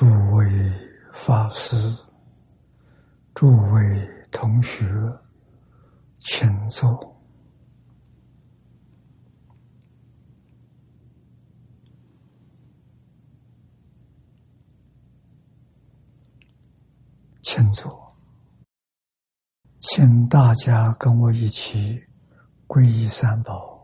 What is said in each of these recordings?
诸位法师、诸位同学，请坐。请坐，请大家跟我一起皈依三宝。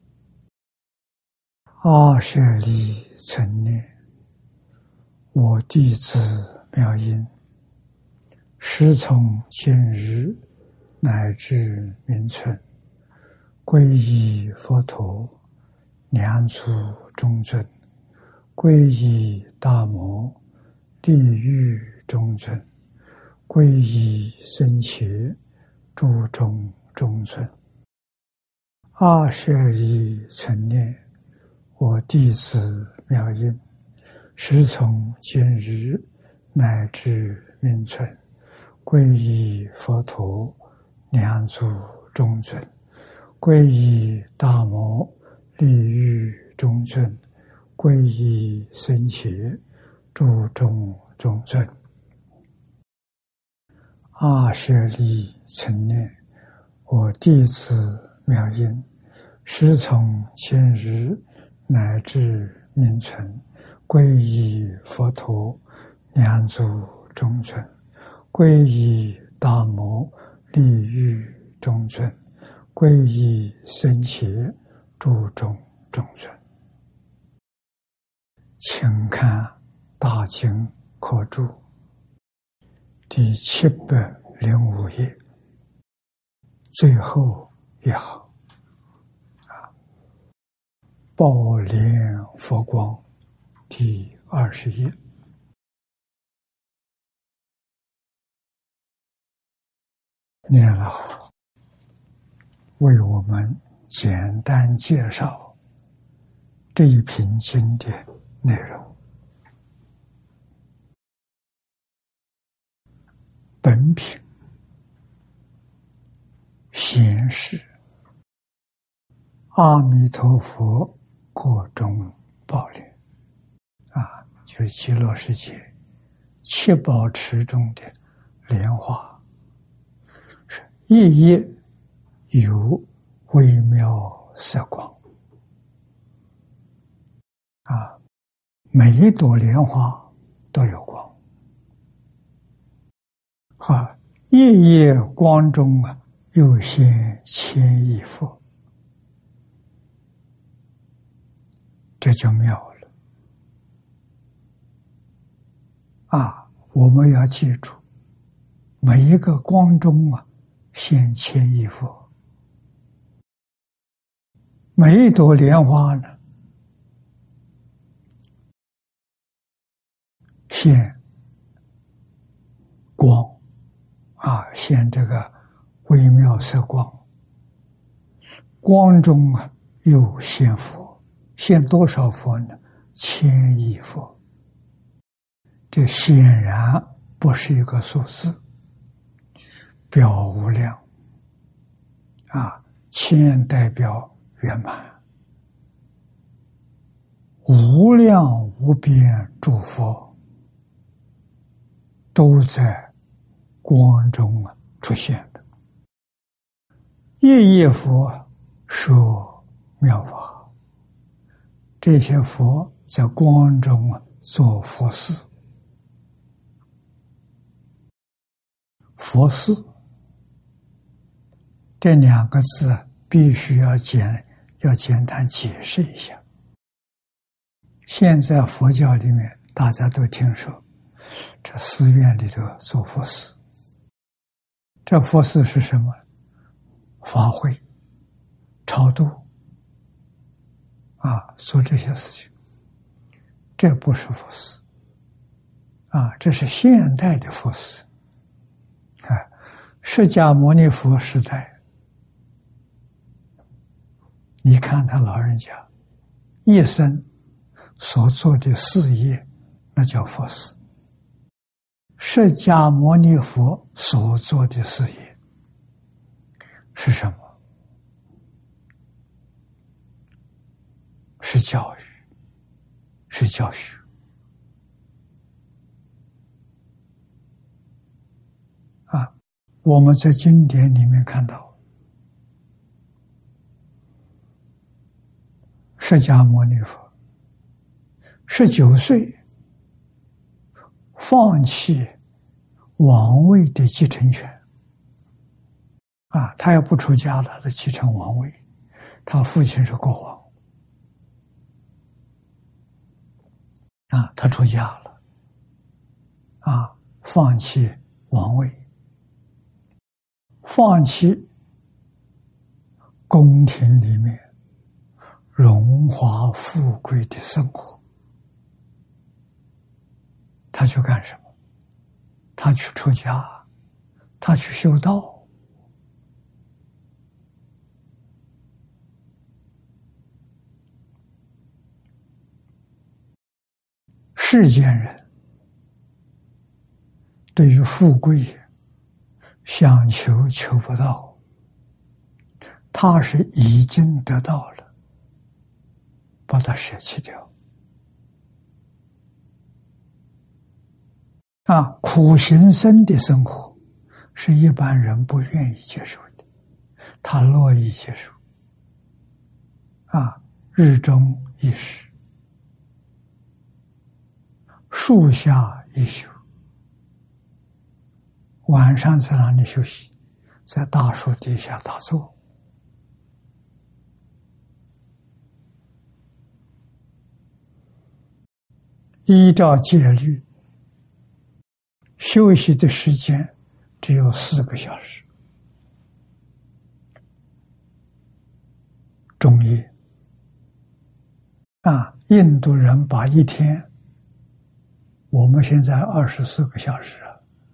阿舍利存念，我弟子妙音，时从今日乃至明存，皈依佛陀，两足中尊，皈依大摩，地狱中尊，皈依僧伽，诸众中尊。阿舍利存念，我弟子妙音，时从今日乃至明存，皈依佛陀，两足中尊，皈依大摩，地狱中尊，皈依僧伽，诸众中尊。阿舍利存念，我弟子妙音，时从今日乃至明存，皈依佛陀，两足中尊，皈依大摩，地狱中尊，皈依僧伽，诸众中尊。请看大经课注第705页最后一行，宝莲佛光第20页。念老为我们简单介绍这一品经典内容。本品显示阿弥陀佛各种宝莲就是极乐世界七宝池中的莲花，是夜夜有微妙色光每一朵莲花都有光夜夜光中又现千亿佛，这就妙了我们要记住，每一个光中现千亿佛，每一朵莲花呢现光现这个微妙色光，光中又现佛，现多少佛呢？千亿佛。这显然不是一个数字，表无量千代表圆满，无量无边诸佛都在光中出现的。夜夜佛说妙法，这些佛在光中做佛事。佛事这两个字必须要简单解释一下。现在佛教里面大家都听说这寺院里头做佛事，这佛事是什么？法会、超度做这些事情，这不是佛事这是现代的佛事。释迦牟尼佛时代，你看他老人家一生所做的事业，那叫佛事。释迦牟尼佛所做的事业是什么？是教育，是教学我们在经典里面看到，释迦牟尼佛19岁放弃王位的继承权，他要不出家了，他继承王位。他父亲是国王，他出家了，放弃王位，放弃宫廷里面荣华富贵的生活，他去干什么？他去出家，他去修道。世间人对于富贵想求求不到，他是已经得到了，把它舍弃掉。苦行僧的生活是一般人不愿意接受的，他乐意接受。日中一时，树下一宿，晚上在哪里休息？在大树底下打坐。依照戒律，休息的时间只有4个小时。中夜，印度人把一天，我们现在24个小时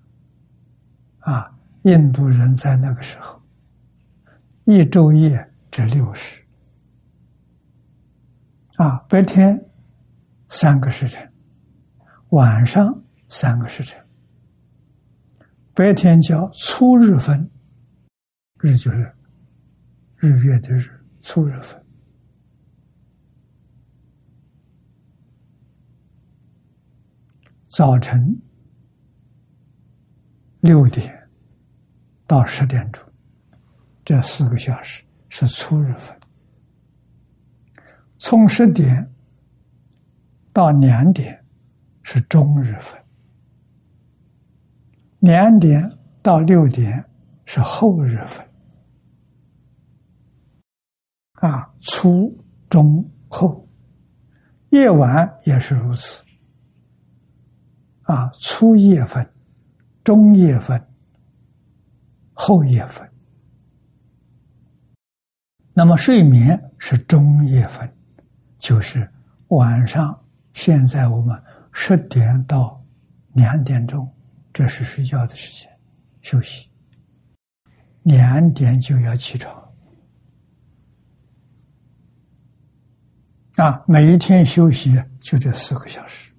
印度人在那个时候，一昼夜只60，白天3个时辰，晚上3个时辰。白天叫粗日分，日就是日月的日，粗日分。早晨6点到10点钟，这4个小时是粗日分。从10点到2点是中日分，2点到6点是后日分。粗、中、后，夜晚也是如此。粗夜分、中夜分、后夜分。那么睡眠是中夜分，就是晚上，现在我们10点到2点钟，这是睡觉的时间，休息。2点就要起床。每一天休息就这4个小时。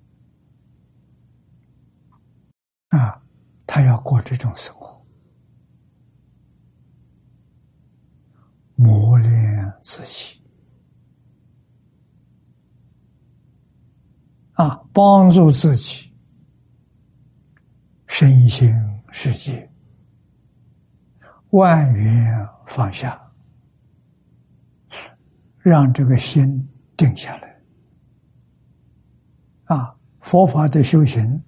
他要过这种生活，磨练自己，帮助自己身心世界万缘放下，让这个心定下来。佛法的修行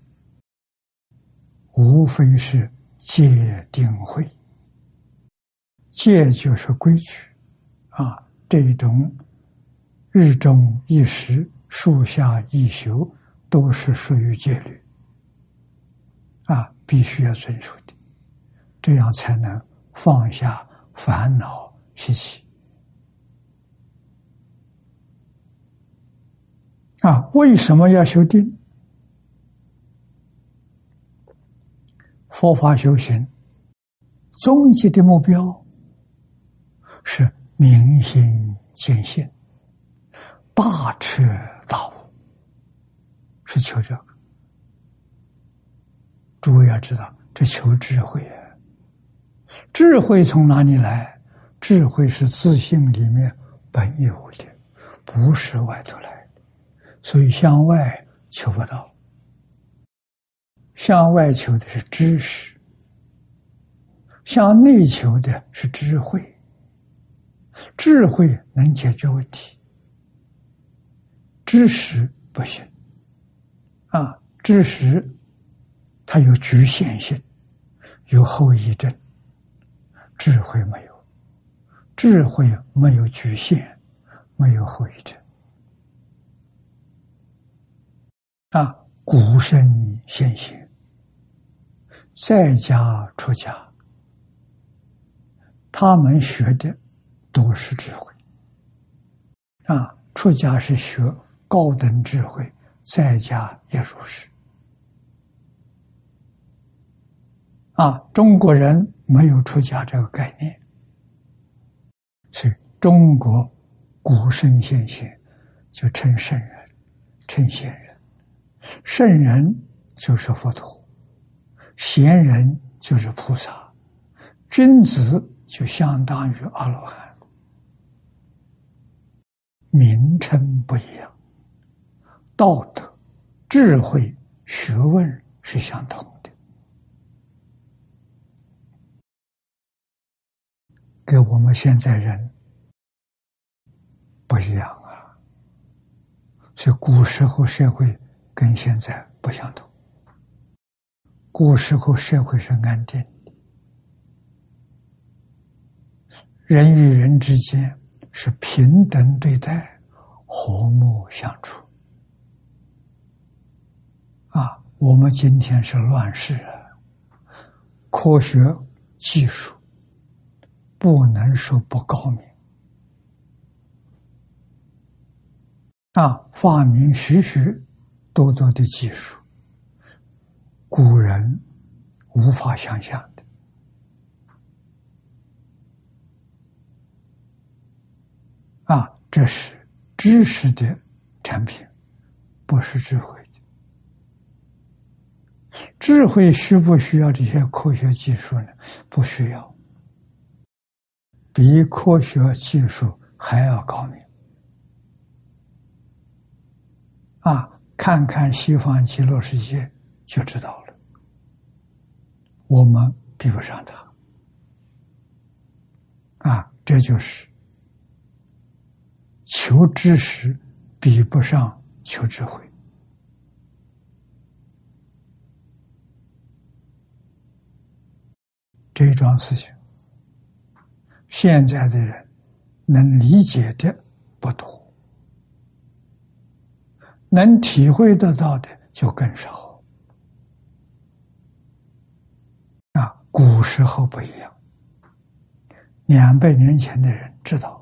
无非是戒定慧，戒就是规矩，这种日中一时、树下一宿都是属于戒律，必须要遵守的，这样才能放下烦恼习气。为什么要修定？佛法修行终极的目标是明心见性，大彻大悟，是求这个。诸位要知道，这求智慧啊！智慧从哪里来？智慧是自性里面本有的，不是外头来的，所以向外求不到。向外求的是知识， 向内求的是智慧，智慧能解决问题，知识不行。知识它有局限性，有后遗症，智慧没有，智慧没有局限，没有后遗症。古圣先贤，在家出家，他们学的都是智慧。出家是学高等智慧，在家也如是。中国人没有出家这个概念，所以中国古圣先贤就称圣人，称贤人。圣人就是佛陀，贤人就是菩萨，君子就相当于阿罗汉，名称不一样，道德、智慧、学问是相同的。跟我们现在人不一样啊，所以古时候社会跟现在不相同。古时候社会是安定的，人与人之间是平等对待，和睦相处。我们今天是乱世啊，科学技术不能说不高明。发明许许多多的技术，古人无法想象的。这是知识的产品，不是智慧的。智慧需不需要这些科学技术呢？不需要，比科学技术还要高明。看看西方极乐世界就知道了，我们比不上他。这就是求知识比不上求智慧。这一桩事情，现在的人能理解的不多，能体会得到的就更少。古时候不一样，200年前的人知道。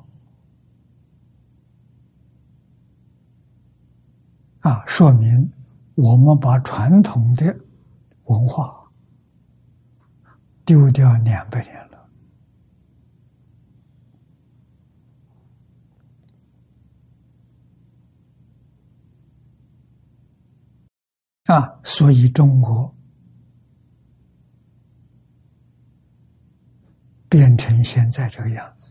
说明我们把传统的文化丢掉200年了。所以中国变成现在这个样子。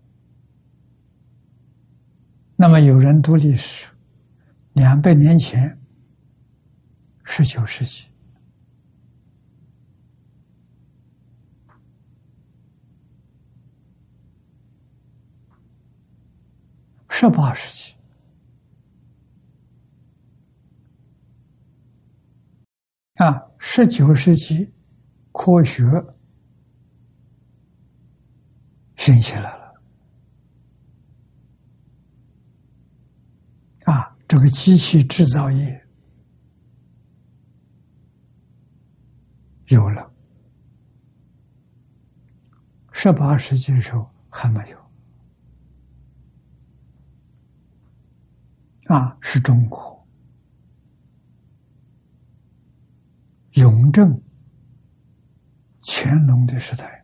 那么有人读历史，200年前19世纪，18世纪，19世纪科学兴起来了。这个机器制造业有了，18世纪的时候还没有。是中国雍正、乾隆的时代，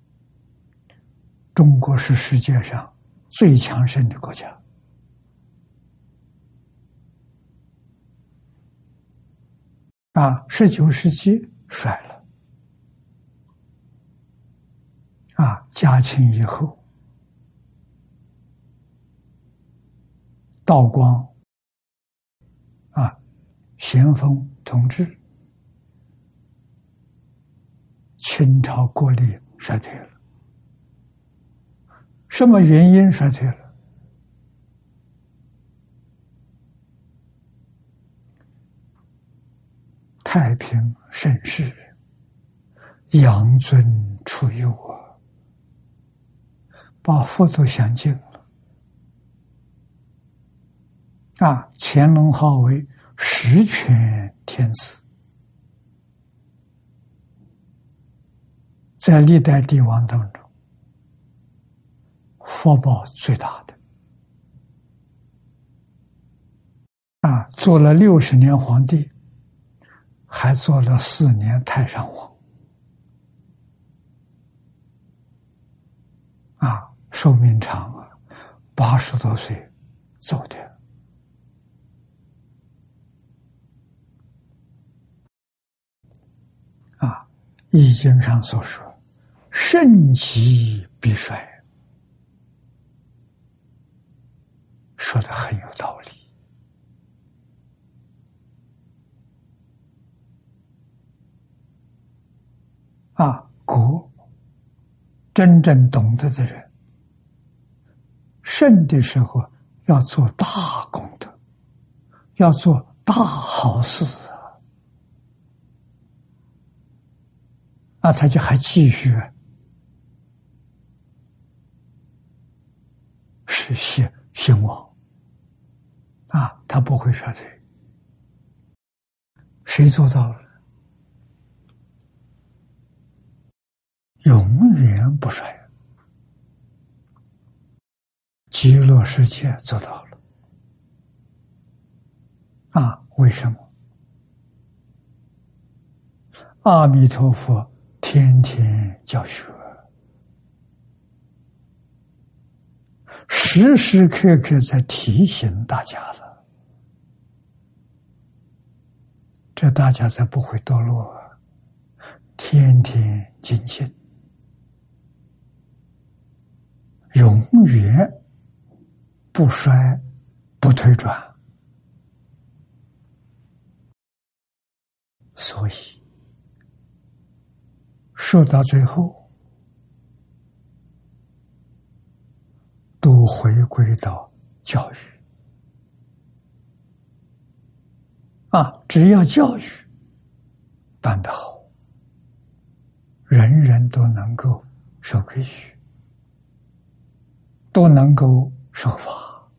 中国是世界上最强盛的国家。19世纪衰了。嘉庆以后，道光咸丰同治，清朝国力衰退了。什么原因衰退了？太平盛世，养尊处优啊，把佛都想尽了啊！乾隆号为十全天子，在历代帝王当中，福报最大的啊！做了60年皇帝，还做了4年太上皇啊！寿命长啊，80多岁走的啊！易经上所说，盛极必衰，说的很有道理啊！古真正懂得的人，盛的时候要做大功德，要做大好事啊，他就还继续实现兴旺啊，他不会衰退。谁做到了？永远不衰。极乐世界做到了啊！为什么？阿弥陀佛天天教学，时时刻刻在提醒大家了，这大家才不会堕落啊！天天精进，永远不衰不退转。所以说到最后都回归到教育啊，只要教育办得好，人人都能够守规矩，都能够守法，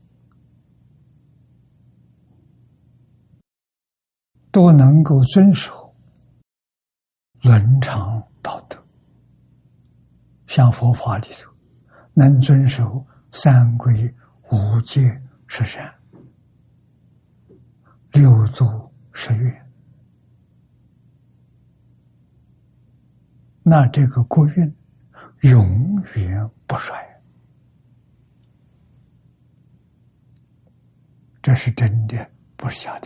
都能够遵守伦常道德。像佛法里头能遵守三规五戒十善6度10愿，那这个国运永远不衰，这是真的，不是假的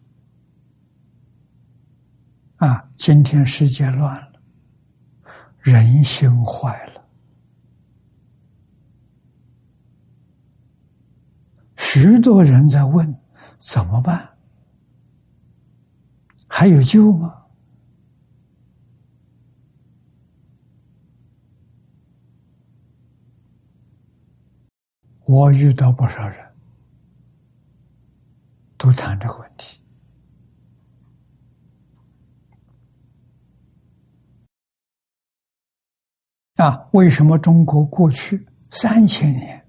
啊！今天世界乱了，人心坏了，许多人在问怎么办？还有救吗？我遇到不少人都谈这个问题啊！为什么中国过去3000年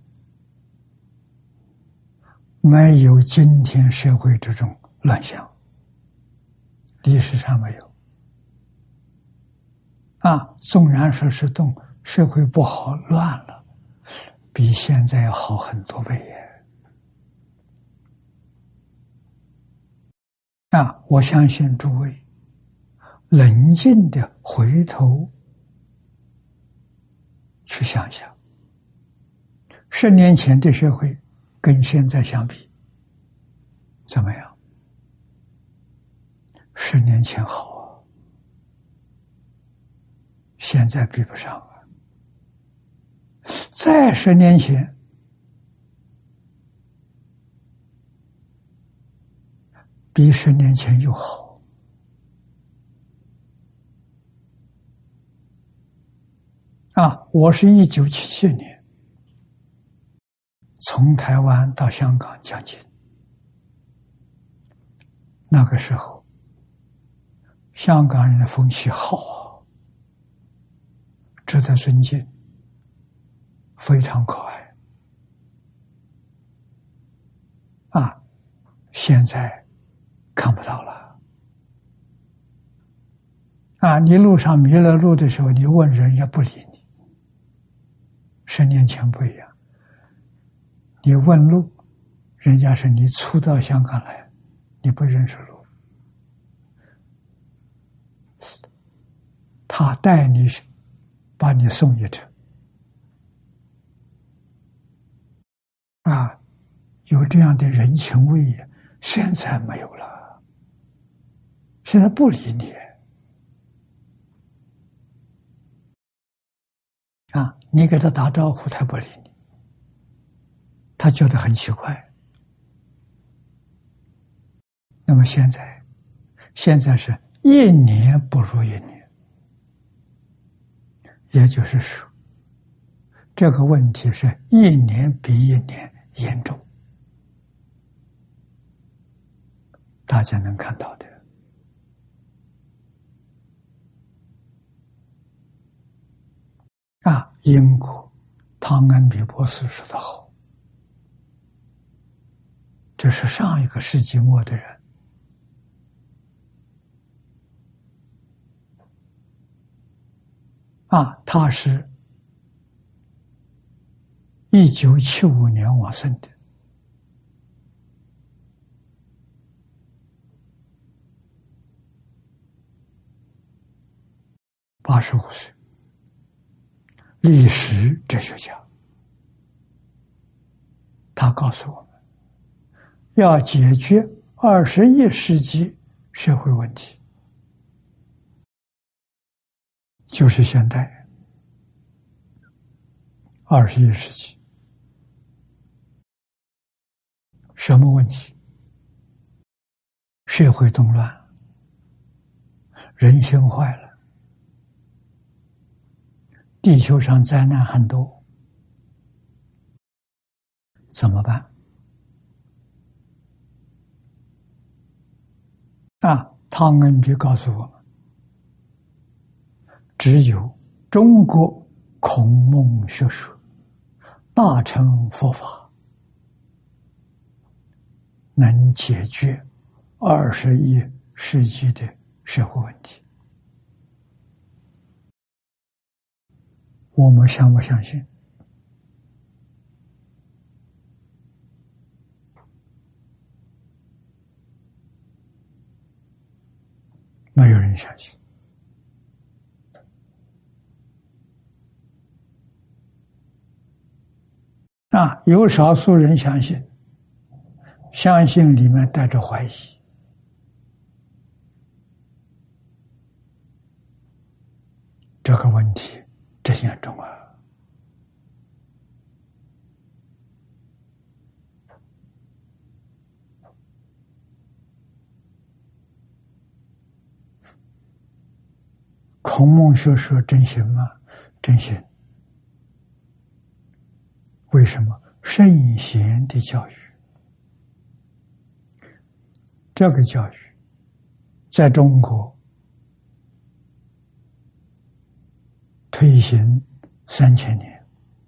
没有今天社会这种乱象？历史上没有啊！纵然说是社会不好乱了，比现在要好很多倍啊！我相信诸位冷静的回头去想想，10年前的社会跟现在相比怎么样？10年前好啊，现在比不上啊。再10年前比10年前又好， 我是1977年从台湾到香港讲经，那个时候香港人的风气好啊，值得尊敬，非常可爱啊！现在看不到了啊！你路上迷了路的时候，你问人家不理你。10年前不一样，你问路，人家是你初到香港来，你不认识路，他带你把你送一程啊，有这样的人情味，现在没有了，现在不理你啊，你给他打招呼，他不理你，他觉得很奇怪。那么现在是1年不如1年，也就是说，这个问题是1年比1年严重，大家能看到的啊。英国汤恩比博士说得好，这是上一个世纪末的人啊，他是1975年往生的，85岁，历史哲学家。他告诉我们，要解决21世纪社会问题，就是现代21世纪。什么问题？社会动乱，人心坏了，地球上灾难很多，怎么办？啊，汤恩比告诉我们，只有中国孔孟学说大乘佛法能解决21世纪的社会问题。我们相不相信？没有人相信啊，有少数人相信，相信里面带着怀疑。这个问题真严重啊！孔孟学说真行吗？真行。为什么？圣贤的教育，这个教育在中国推行3000年，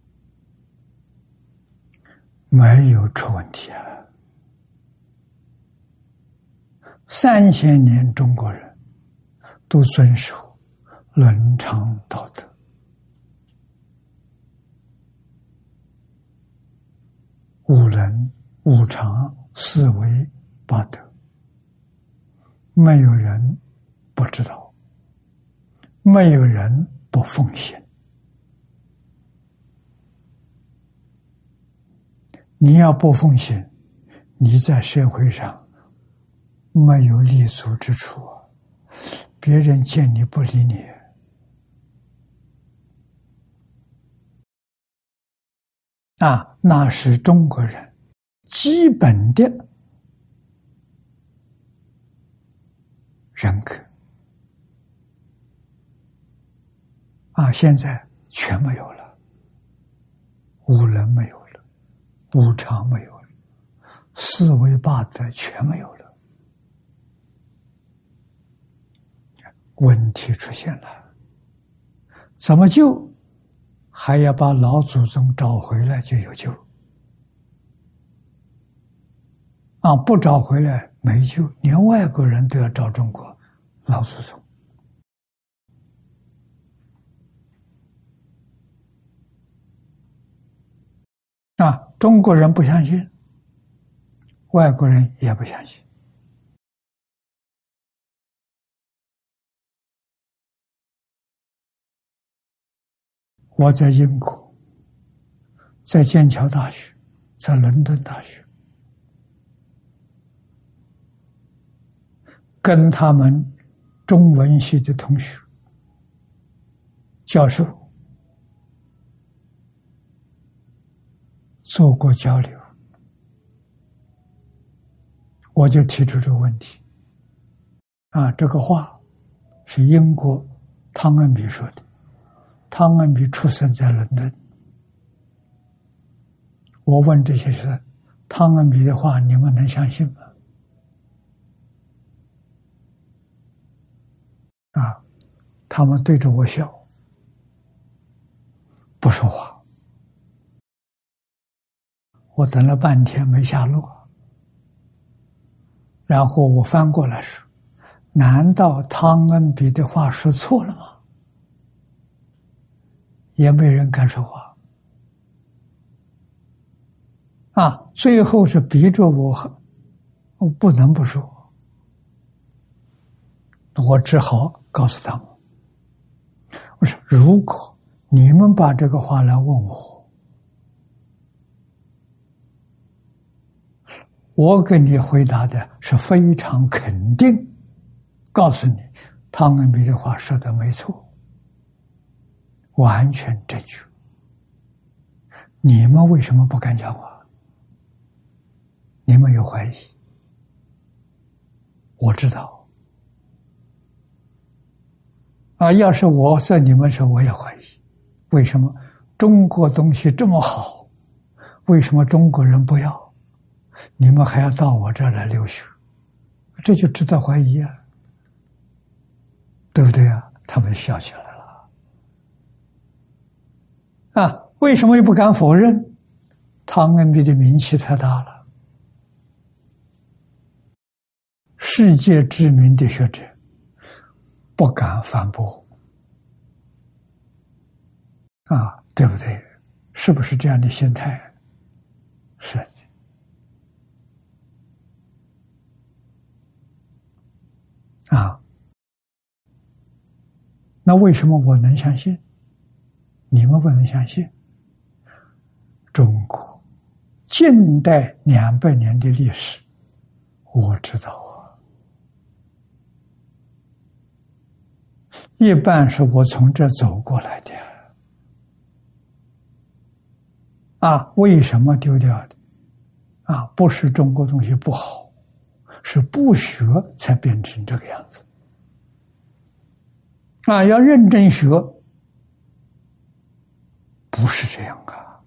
没有出问题啊。3000年中国人都遵守伦常道德，五伦、五常、四维、八德，没有人不知道，没有人不奉行。你要不奉行，你在社会上没有立足之处，别人见你不理你。啊，那是中国人基本的人格啊，现在全没有了。 五伦没有了，五常没有了，四维八德全没有了，问题出现了。怎么救？还要把老祖宗找回来就有救。不找回来没救，连外国人都要找中国老祖宗。中国人不相信，外国人也不相信。我在英国，在剑桥大学，在伦敦大学，跟他们中文系的同学、教授做过交流，我就提出这个问题。这个话是英国汤恩比说的。汤恩比出生在伦敦。我问这些人，汤恩比的话你们能相信吗？他们对着我笑，不说话。我等了半天没下落，然后我翻过来说，难道汤恩比的话说错了吗？也没人敢说话。最后是逼着我不能不说。我只好告诉他们，我说如果你们把这个话来问我，我给你回答的是非常肯定，告诉你汤恩比的话说的没错，完全正确。你们为什么不敢讲话？你们有怀疑，我知道。要是我在你们时候，我也怀疑，为什么中国东西这么好，为什么中国人不要？你们还要到我这儿来留学，这就值得怀疑啊，对不对啊？他们笑起来了。为什么又不敢否认？汤恩比的名气太大了，世界知名的学者不敢反驳。对不对？是不是这样的心态？是的。那为什么我能相信，你们不能相信？中国近代200年的历史，我知道一半是我从这走过来的。为什么丢掉的？不是中国东西不好，是不学才变成这个样子。要认真学，不是这样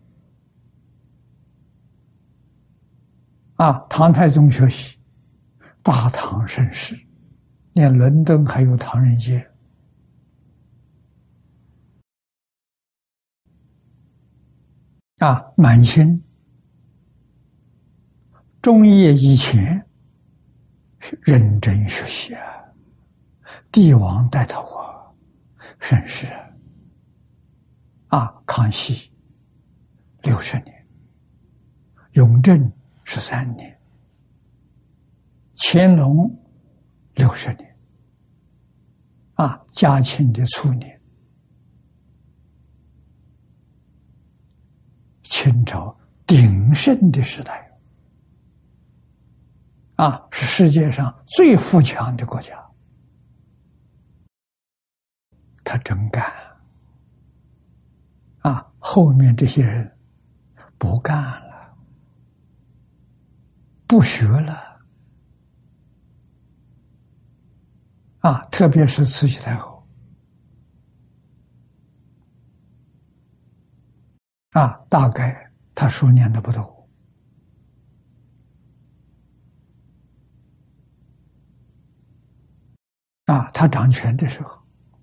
唐太宗学习，大唐盛世，连伦敦还有唐人街。满清中叶以前是认真学习帝王带头盛世康熙60年，雍正13年，乾隆60年，嘉庆的初年，清朝鼎盛的时代是世界上最富强的国家。他真干后面这些人不干了，不学了特别是慈禧太后大概他书念的不多。他掌权的时候，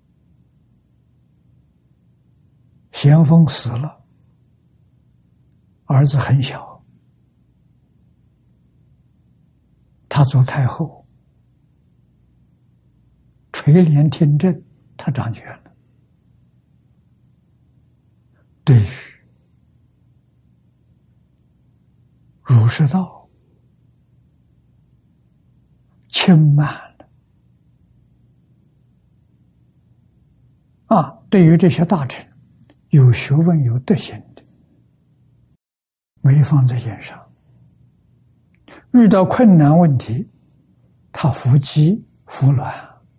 咸丰死了，儿子很小，他做太后，垂帘听政，他掌权了。对于儒释道轻慢了，对于这些大臣有学问有德行的，没放在眼上。遇到困难问题，他服鸡服卵，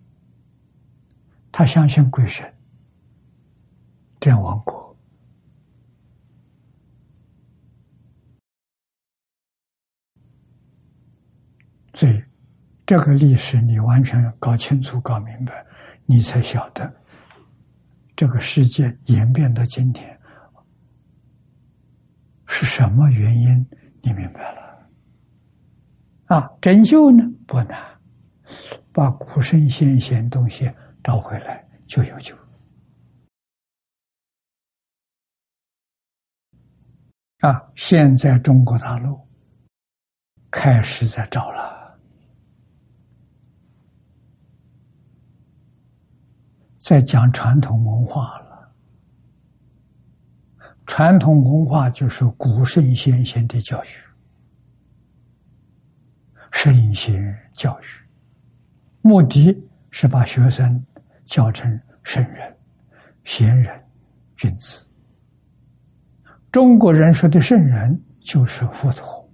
他相信鬼神，这样亡国。所以这个历史你完全搞清楚搞明白，你才晓得这个世界演变到今天是什么原因，你明白了。拯救呢不难，把古圣先贤东西找回来就有救。现在中国大陆开始在找了。在讲传统文化了，传统文化就是古圣先贤的教育，圣贤教育，目的是把学生教成圣人、贤人、君子。中国人说的圣人就是佛陀，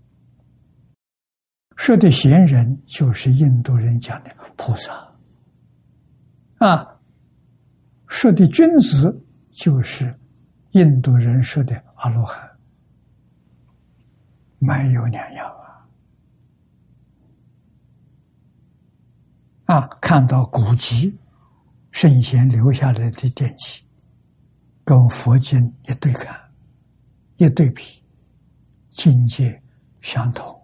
说的贤人就是印度人讲的菩萨。说的君子就是印度人说的阿罗汉，没有两样看到古籍圣贤留下来的典籍，跟佛经一对看一对比，境界相同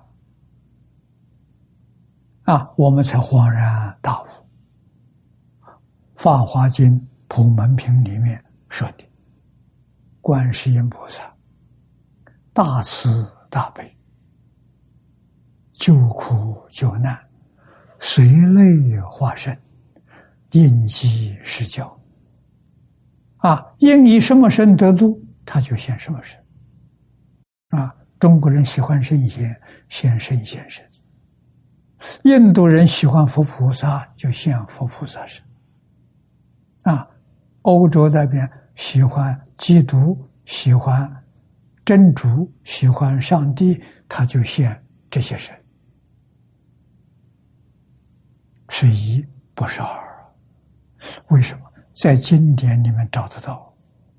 我们才恍然大悟。法华经普门品里面说的，观世音菩萨大慈大悲，救苦救难，随类化身，应机施教。应以什么身得度，他就现什么身。中国人喜欢圣贤，现圣贤身；印度人喜欢佛菩萨，就现佛菩萨身。欧洲那边喜欢基督，喜欢真主，喜欢上帝，他就现这些神，是一不是二。为什么？在经典里面找得到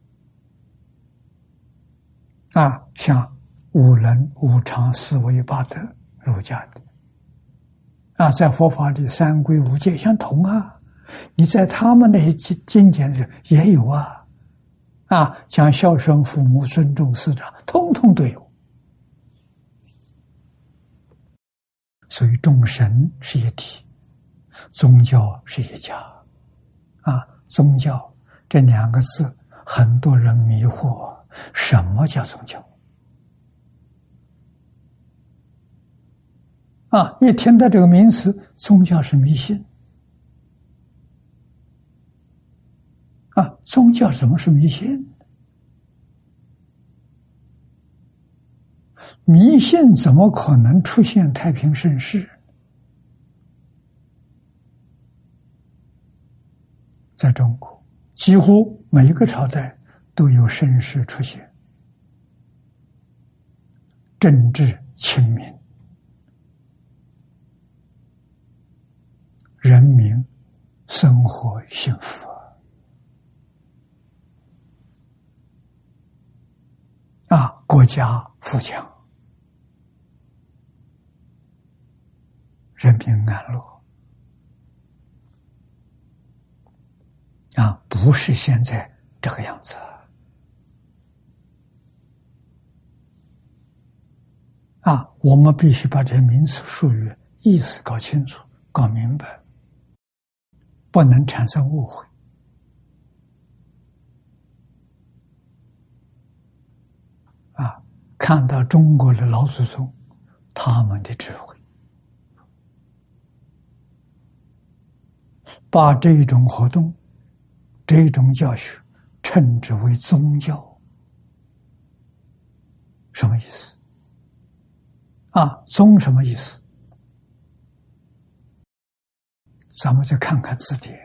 像五伦、五常、四维八德，儒家的在佛法里三归五戒相同你在他们那些经典里也有讲孝顺父母、尊重师长，通通都有。所以众神是一体，宗教是一家宗教这两个字，很多人迷惑，什么叫宗教？一听到这个名词，宗教是迷信。宗教怎么是迷信？迷信怎么可能出现太平盛世？在中国，几乎每一个朝代都有盛世出现，政治清明，人民生活幸福国家富强，人民安乐不是现在这个样子我们必须把这些名词术语意思搞清楚、搞明白，不能产生误会。看到中国的老祖宗他们的智慧，把这种活动、这种教学称之为宗教，什么意思？宗什么意思？咱们再看看字典。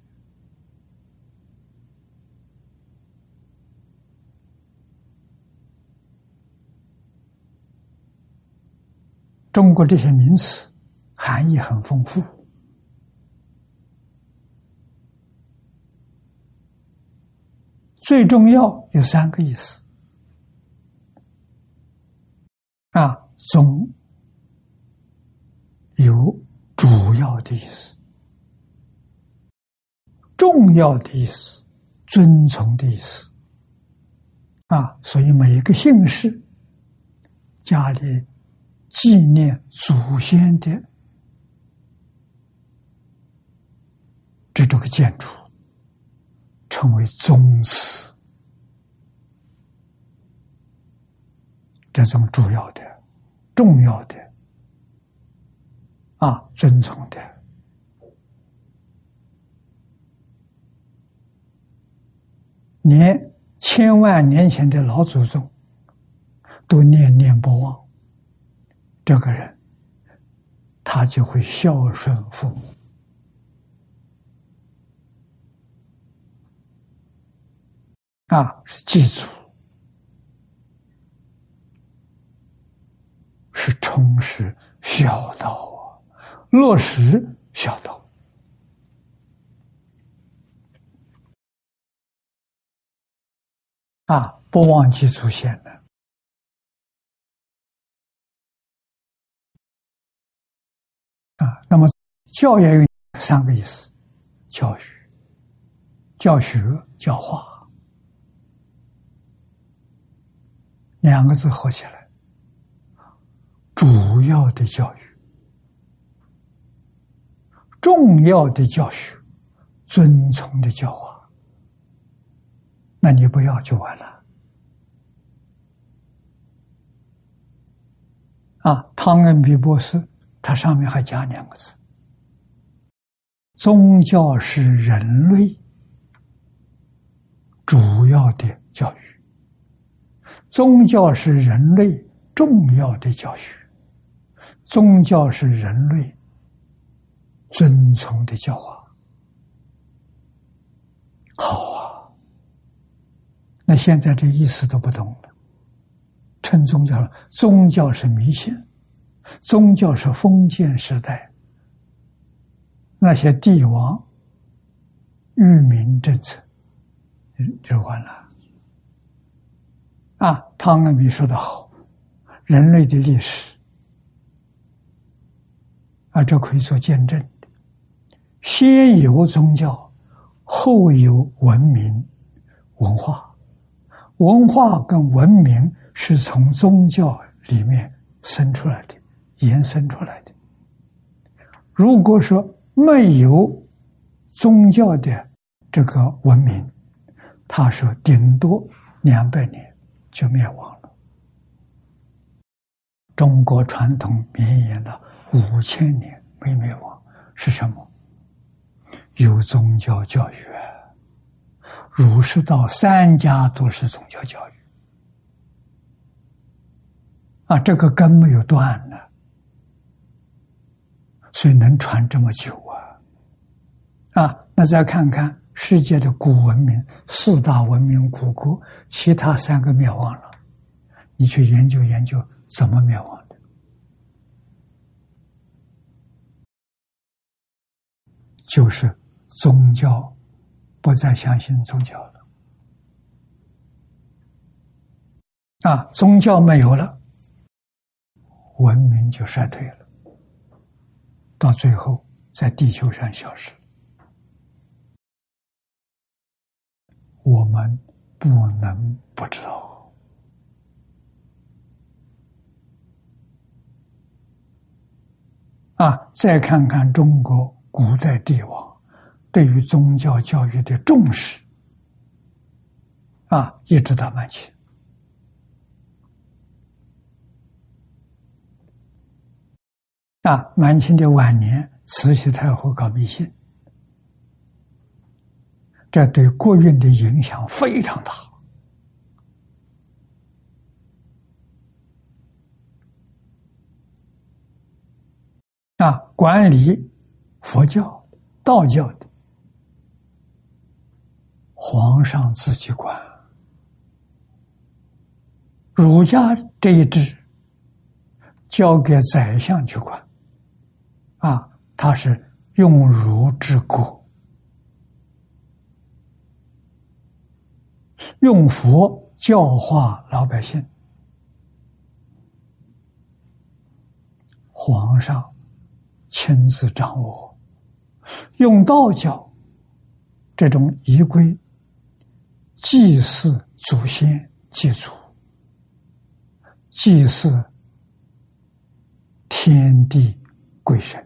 中国这些名词含义很丰富，最重要有3个意思。宗有主要的意思，重要的意思，遵从的意思。所以每一个姓氏家里纪念祖先的这个建筑称为宗祠，这种主要的、重要的遵从的，连千万年前的老祖宗都念念不忘，这个人他就会孝顺父母。是祭祖，是充实孝道落实孝道。不忘记祖先的。那么教也有3个意思：教育、教学、教化，2个字合起来，主要的教育、重要的教学、遵从的教化。那你不要就完了。汤恩比博士他上面还加2个字：宗教是人类主要的教育，宗教是人类重要的教学，宗教是人类遵从的教化。好啊，那现在这意思都不懂了，称宗教了，宗教是迷信，宗教是封建时代那些帝王愚民政策就完了。汤恩比说得好，人类的历史这可以做见证的，先有宗教，后有文明文化，文化跟文明是从宗教里面生出来的，延伸出来的。如果说没有宗教的这个文明，他说顶多200年就灭亡了。中国传统绵延了5000年没灭亡，是什么？有宗教教育。儒释道3家都是宗教教育这个根没有断呢，所以能传这么久那再看看世界的古文明，4大文明古国，其他3个灭亡了，你去研究研究怎么灭亡的。就是宗教不再相信宗教了宗教没有了，文明就衰退了，到最后在地球上消失。我们不能不知道再看看中国古代帝王对于宗教教育的重视，一直到满清。满清的晚年，慈禧太后搞迷信，这对国运的影响非常大。管理佛教、道教的，皇上自己管；儒家这一支交给宰相去管。他是用儒治国，用佛教化老百姓。皇上亲自掌握，用道教这种仪规祭祀祖先、祭祖，祭祀天地鬼神，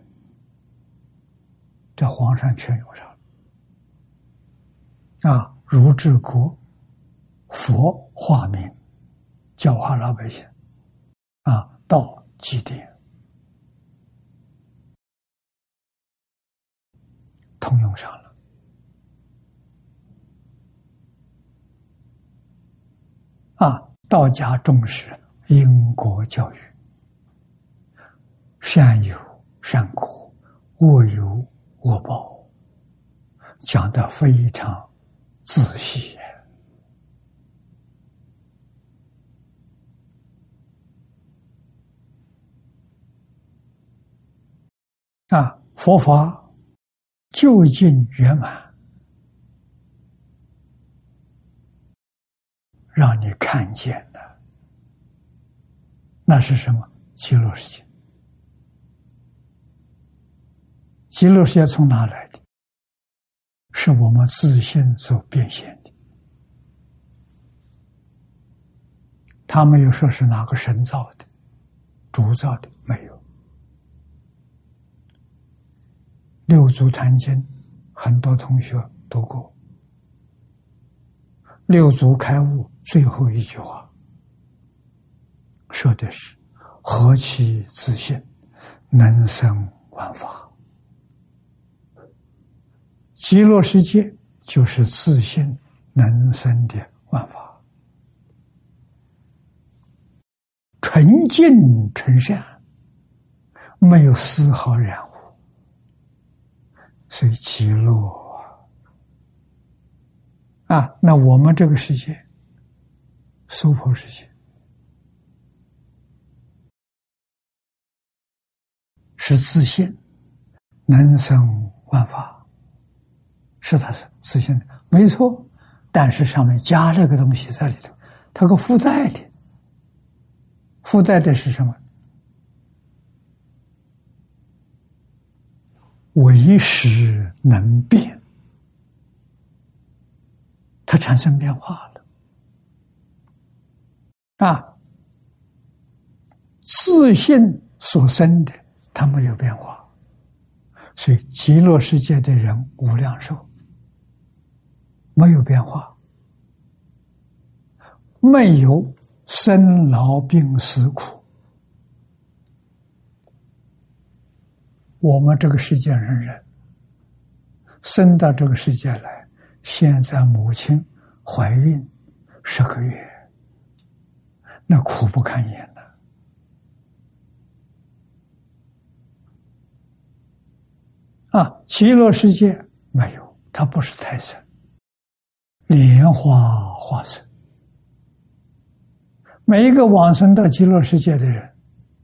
这皇上全用上了。儒治国，佛化民，教化老百姓，道祭奠，通用上了。道家重视因果教育，善有善果，恶有恶报，讲得非常仔细。佛法究竟圆满，让你看见的那是什么？极乐世界。极乐世界从哪来的？是我们自信所变现的。他没有说是哪个神造的、主造的，没有。六祖坛经很多同学读过，六祖开悟最后一句话说的是：何其自信，能生万法。极乐世界就是自信能生的万法，纯净纯善，没有丝毫染污，所以极乐那我们这个世界娑婆世界是自信能生万法，是它是自信的，没错。但是上面加了个东西在里头，它个附带的，附带的是什么？为识能变，它产生变化了。自信所生的，它没有变化。所以极乐世界的人无量寿，没有变化，没有生老病死苦。我们这个世界上人生到这个世界来，现在母亲怀孕10个月，那苦不堪言呐。极乐世界没有，它不是胎生，莲花化身。每一个往生到极乐世界的人，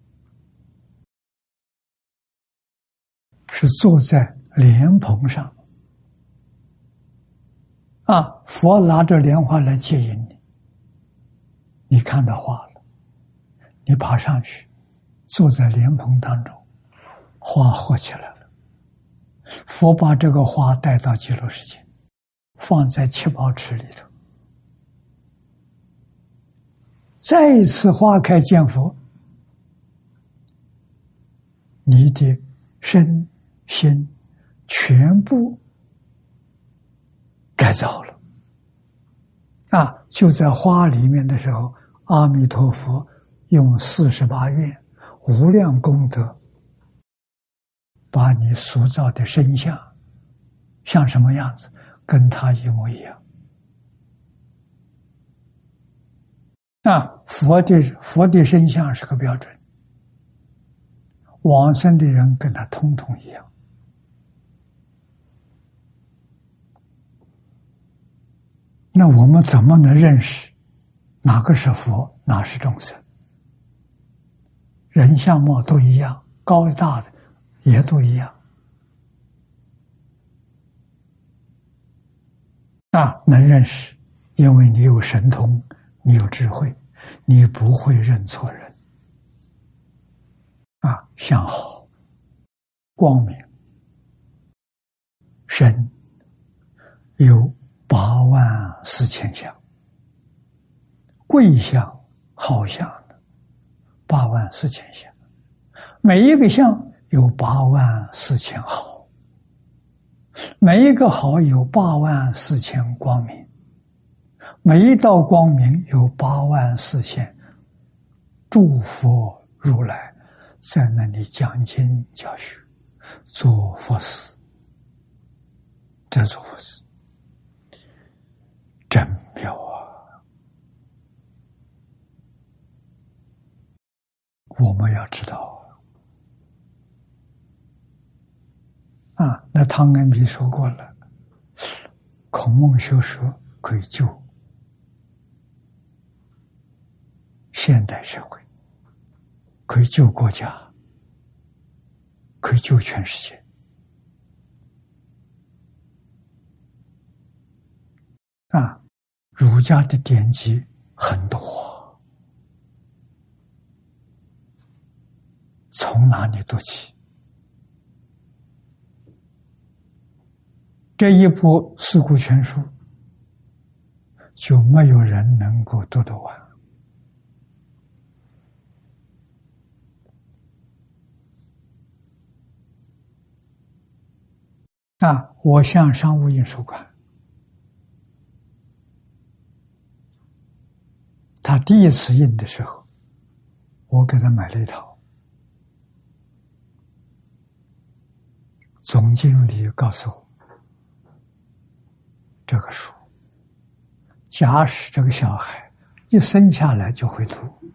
是坐在莲蓬上，佛拿着莲花来接引你，你看到花了，你爬上去，坐在莲蓬当中，花活起来了。佛把这个花带到极乐世界，放在七宝池里头，再一次花开见佛，你的身心全部改造了。就在花里面的时候，阿弥陀佛用48愿无量功德，把你塑造的身相像什么样子，跟他一模一样。佛的身相是个标准，往生的人跟他通通一样。那我们怎么能认识哪个是佛，哪是众生？人相貌都一样，高大的也都一样。能认识，因为你有神通，你有智慧，你不会认错人。相好，光明，身有84000相，贵相、好相的84000相，每一个相有84000好，每一个好有84000光明，每一道光明有84000诸佛如来在那里讲经教学，做佛事，这做佛事真妙我们要知道那汤恩比说过了，孔孟学说可以救现代社会，可以救国家，可以救全世界。儒家的典籍很多，从哪里读起？这一部《四库全书》就没有人能够读得完。我向商务印书馆，他第一次印的时候，我给他买了一套。总经理告诉我，这个书，假使这个小孩一生下来就会读，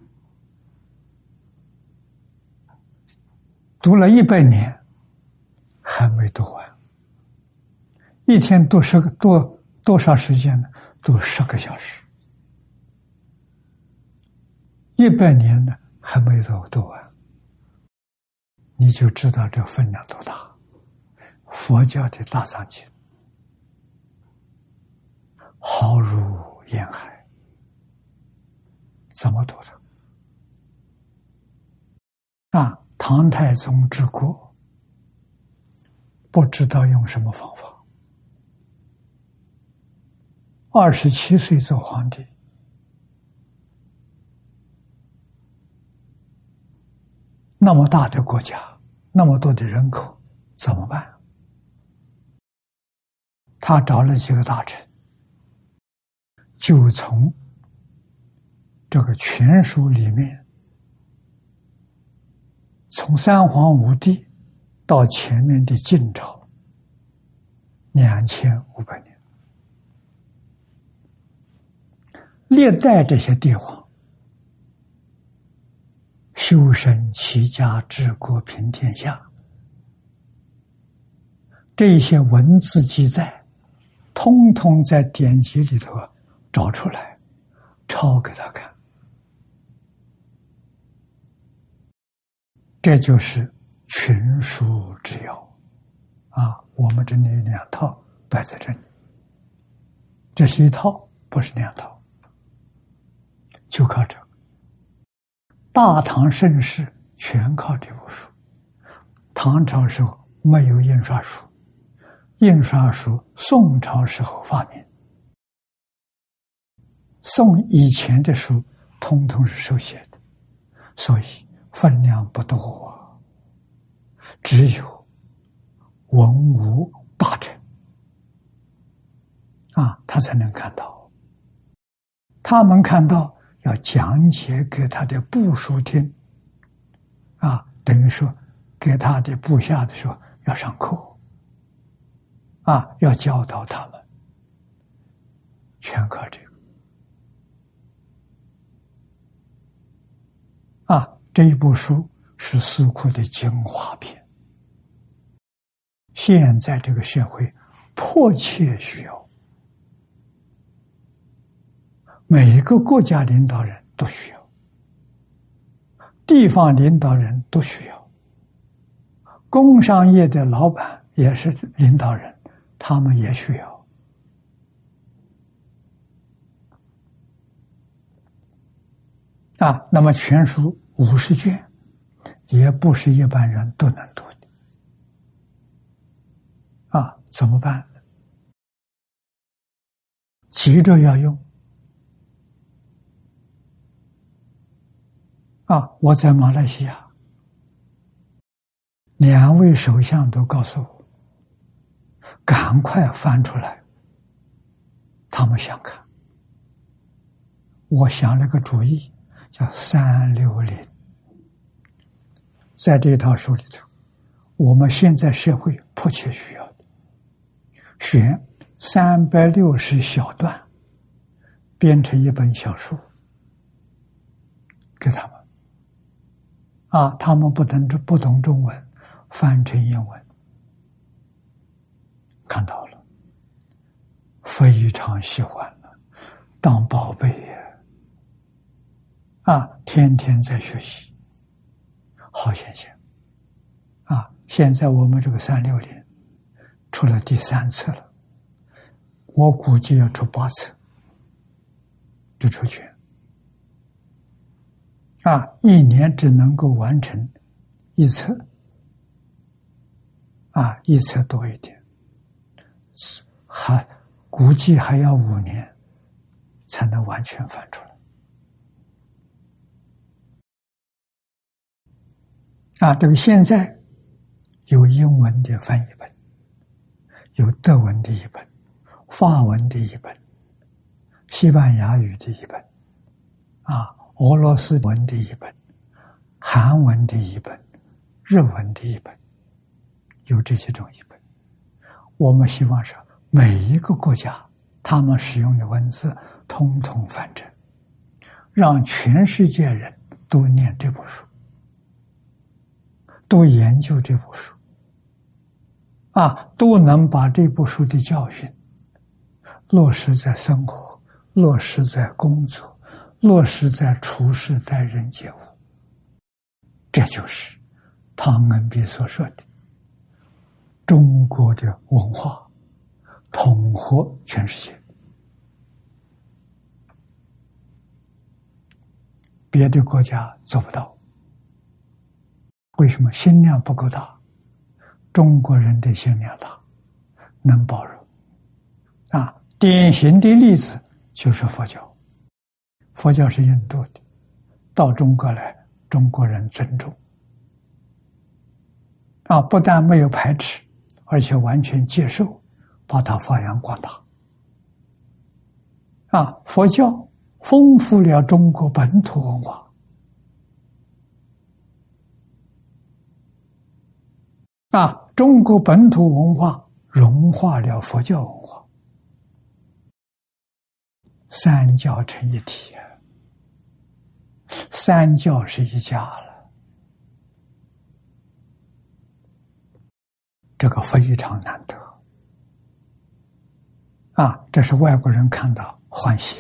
读了100年还没读完。一天读多少时间呢？读10个小时。100年呢还没读完，你就知道这分量多大。佛教的大藏经浩如烟海，怎么读的？唐太宗治国，不知道用什么方法，27岁做皇帝，那么大的国家，那么多的人口，怎么办？他找了几个大臣，就从这个全书里面，从三皇五帝到前面的晋朝2500年，历代这些帝皇修身齐家治国平天下，这些文字记载通通在典籍里头找出来，抄给他看。这就是群书之要我们这里2套摆在这里，这是一套，不是2套，就靠这个。大唐盛世全靠这部书。唐朝时候没有印刷术，印刷术宋朝时候发明，宋以前的书通通是手写的，所以分量不多只有文武大臣他才能看到。他们看到要讲解给他的部属听等于说给他的部下的时候要上课要教导他们，全靠这个这一部书是四库的精华篇，现在这个社会迫切需要，每一个国家领导人都需要，地方领导人都需要，工商业的老板也是领导人，他们也需要那么全书50卷，也不是一般人都能读的怎么办？急着要用我在马来西亚2位首相都告诉我赶快翻出来，他们想看。我想了个主意，叫360。在这套书里头，我们现在社会迫切需要的，选360小段编成一本小书给他们他们不懂中文，翻成英文，看到了，非常喜欢了，当宝贝天天在学习，好现象现在我们这个360出了第3册了，我估计要出8册就出去1年只能够完成1册1册多一点，估计还要5年才能完全翻出来这个现在有英文的翻译本，有德文的一本，法文的一本，西班牙语的一本俄罗斯文的一本，韩文的一本，日文的一本，有这些种译本。我们希望是每一个国家他们使用的文字通通翻正，让全世界人都念这部书，都研究这部书都能把这部书的教训落实在生活，落实在工作，落实在处事待人接物。这就是汤恩比所说的中国的文化统合全世界。别的国家做不到，为什么？心量不够大。中国人的心量大，能包容典型的例子就是佛教。佛教是印度的，到中国来，中国人尊重不但没有排斥，而且完全接受，把它发扬光大佛教丰富了中国本土文化中国本土文化融化了佛教文化，三教成一体三教是一家了，这个非常难得这是外国人看到欢喜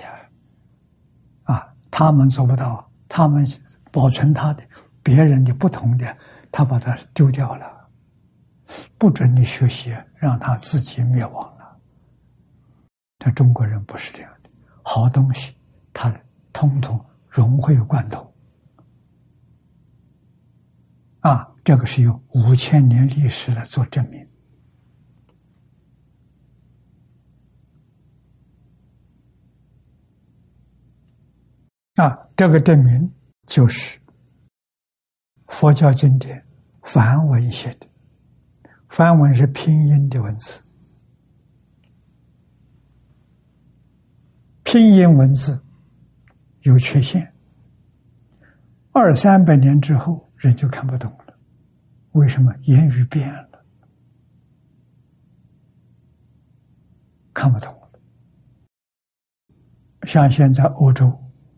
他们做不到，他们保存他的别人的不同的，他把它丢掉了，不准你学习，让他自己灭亡了。但中国人不是这样的，好东西他统统融会贯通这个是有5000年历史来做证明这个证明就是佛教经典梵文写的梵文是拼音的文字，拼音文字有缺陷，200-300年之后人就看不懂了。为什么？言语变了，看不懂了。像现在欧洲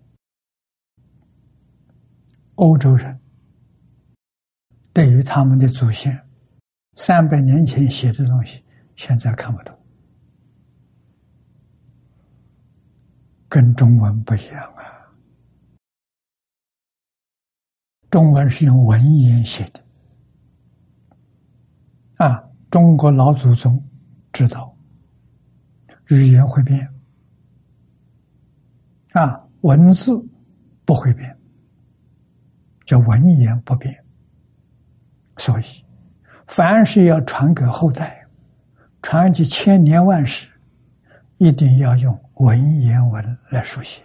人对于他们的祖先300年前写的东西，现在看不懂，跟中文不一样啊。中文是用文言写的啊，中国老祖宗知道语言会变啊，文字不会变，叫文言不变。所以凡是要传给后代，传几千年万世，一定要用文言文来书写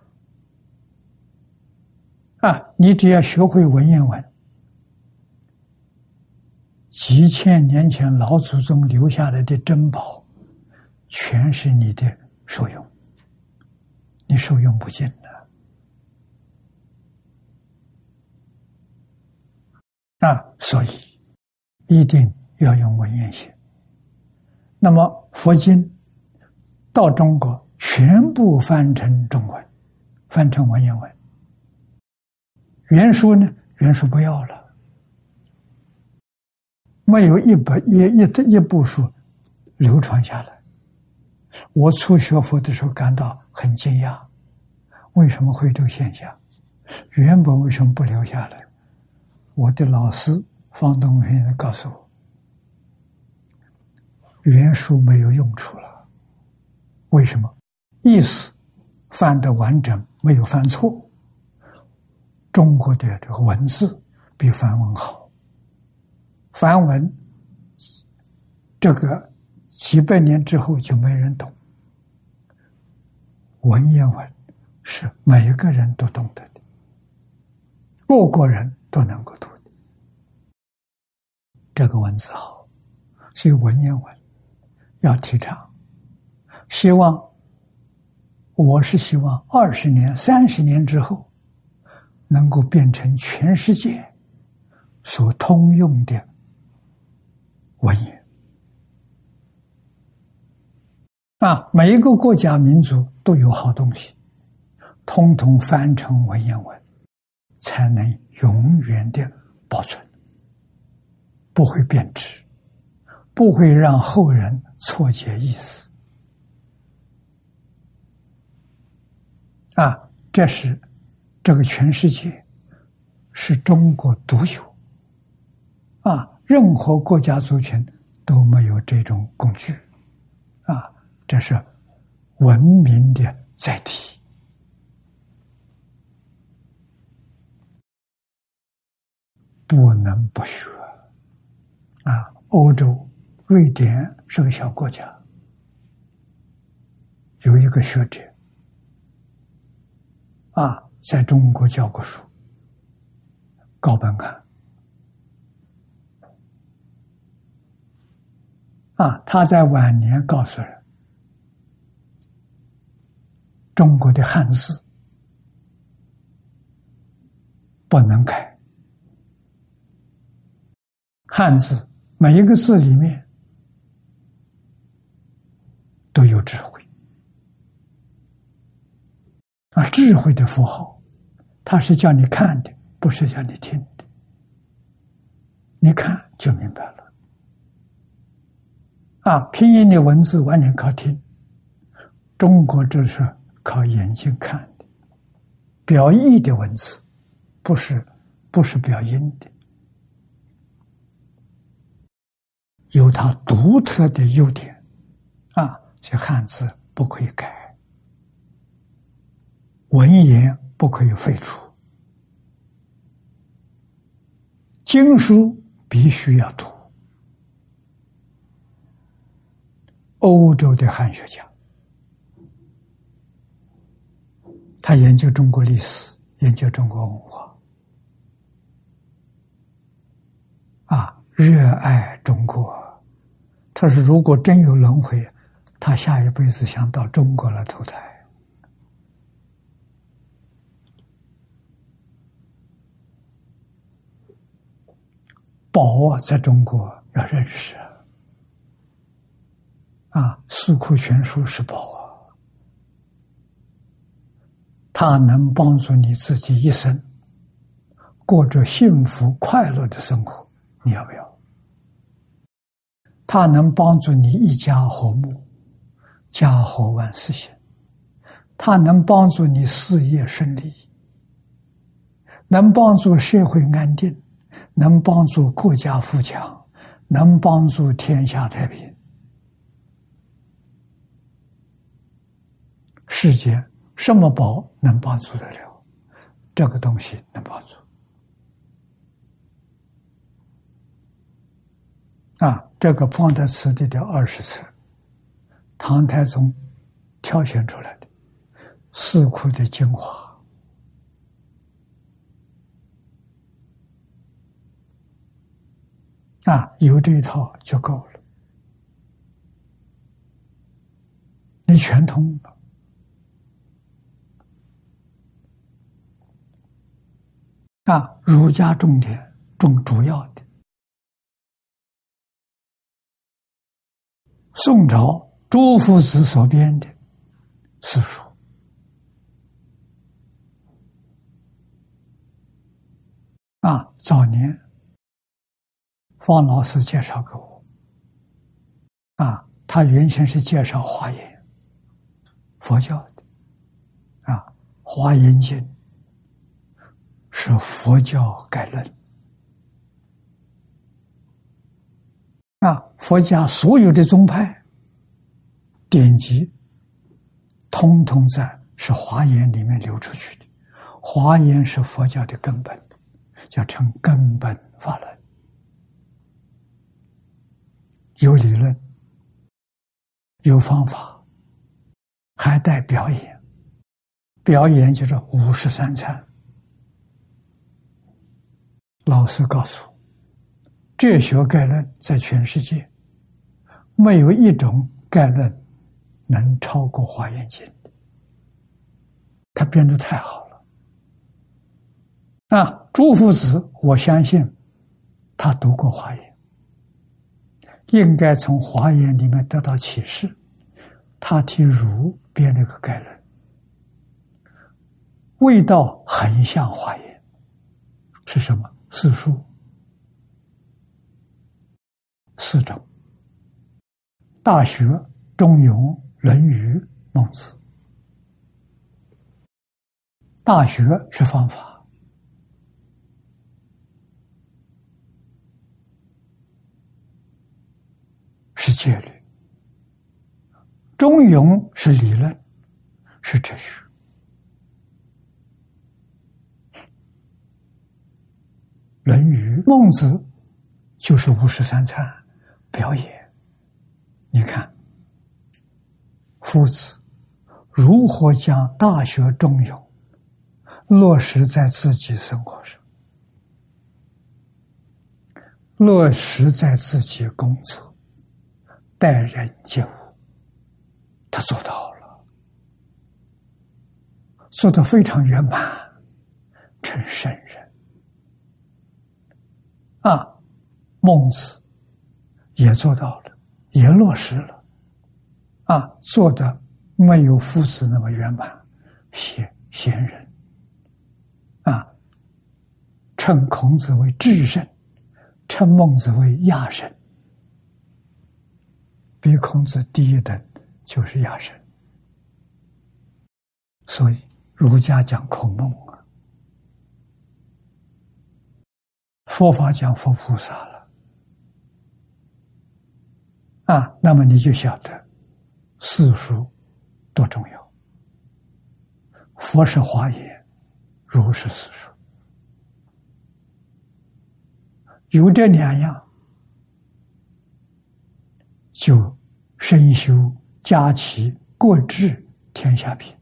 啊！你只要学会文言文，几千年前老祖宗留下来的珍宝，全是你的受用，你受用不尽的啊！所以一定要用文言写。那么佛经到中国全部翻成中文，翻成文言文。原书呢？原书不要了，没有一部书流传下来。我初学佛的时候感到很惊讶，为什么会这个现象？原本为什么不留下来？我的老师方东先生告诉我，原书没有用处了。为什么？意思翻得完整，没有翻错。中国的这个文字比梵文好，梵文这个几百年之后就没人懂，文言文是每个人都懂得的，各国人都能够读的。这个文字好，所以文言文要提倡。我是希望20年、30年之后，能够变成全世界所通用的文言啊！每一个国家民族都有好东西，通通翻成文言文，才能永远的保存，不会变质，不会让后人错解意思啊！这个全世界是中国独有啊，任何国家族群都没有这种工具啊，这是文明的载体，不能不学啊。欧洲瑞典是个小国家，有一个学者啊，在中国教过书，高本坎啊，他在晚年告诉人，中国的汉字不能改，汉字每一个字里面都有智慧啊，智慧的符号，它是叫你看的，不是叫你听的。你看就明白了啊！拼音的文字完全靠听，中国这是靠眼睛看的。表意的文字不是表音的，有它独特的优点啊！这汉字不可以改，文言不可以废除，经书必须要读。欧洲的汉学家，他研究中国历史，研究中国文化，啊，热爱中国， 他说如果真有轮回，他下一辈子想到中国来投胎。宝啊，在中国要认识啊，四库全书是宝啊，它能帮助你自己一生过着幸福快乐的生活，你要不要？它能帮助你一家和睦，家和万事兴，它能帮助你事业顺利，能帮助社会安定，能帮助国家富强，能帮助天下太平。世间什么宝能帮助得了？这个东西能帮助啊！这个放在此地的20册，唐太宗挑选出来的四库的精华啊，有这一套就够了，你全通了。啊，儒家重点重主要的。宋朝朱夫子所编的四书啊，早年方老师介绍给我啊，他原先是介绍华严佛教的啊，华严经是佛教概论啊，佛家所有的宗派典籍通通在是华严里面流出去的，华严是佛教的根本，叫成根本法论，有理论，有方法，还带表演，表演就是53参。老师告诉我，哲学概论在全世界没有一种概论能超过华严经，他编得太好了啊！朱夫子，我相信他读过华严，应该从华严里面得到启示，他替儒编了个概论，味道很像华严，是什么？四书四种，大学、中庸、论语、孟子。大学是方法，是戒律；中庸是理论，是哲学；论语、孟子就是53参表演。你看夫子如何将大学中庸落实在自己生活上，落实在自己工作待人接物，他做到了，做得非常圆满，成圣人啊。孟子也做到了，也落实了啊，做的没有夫子那么圆满，贤人啊，称孔子为至圣，称孟子为亚圣，比孔子低一等就是亚圣。所以儒家讲孔孟啊，佛法讲佛菩萨了啊，那么你就晓得四书多重要。佛是华严，儒是四书，有这两样，就身修家齐国治天下平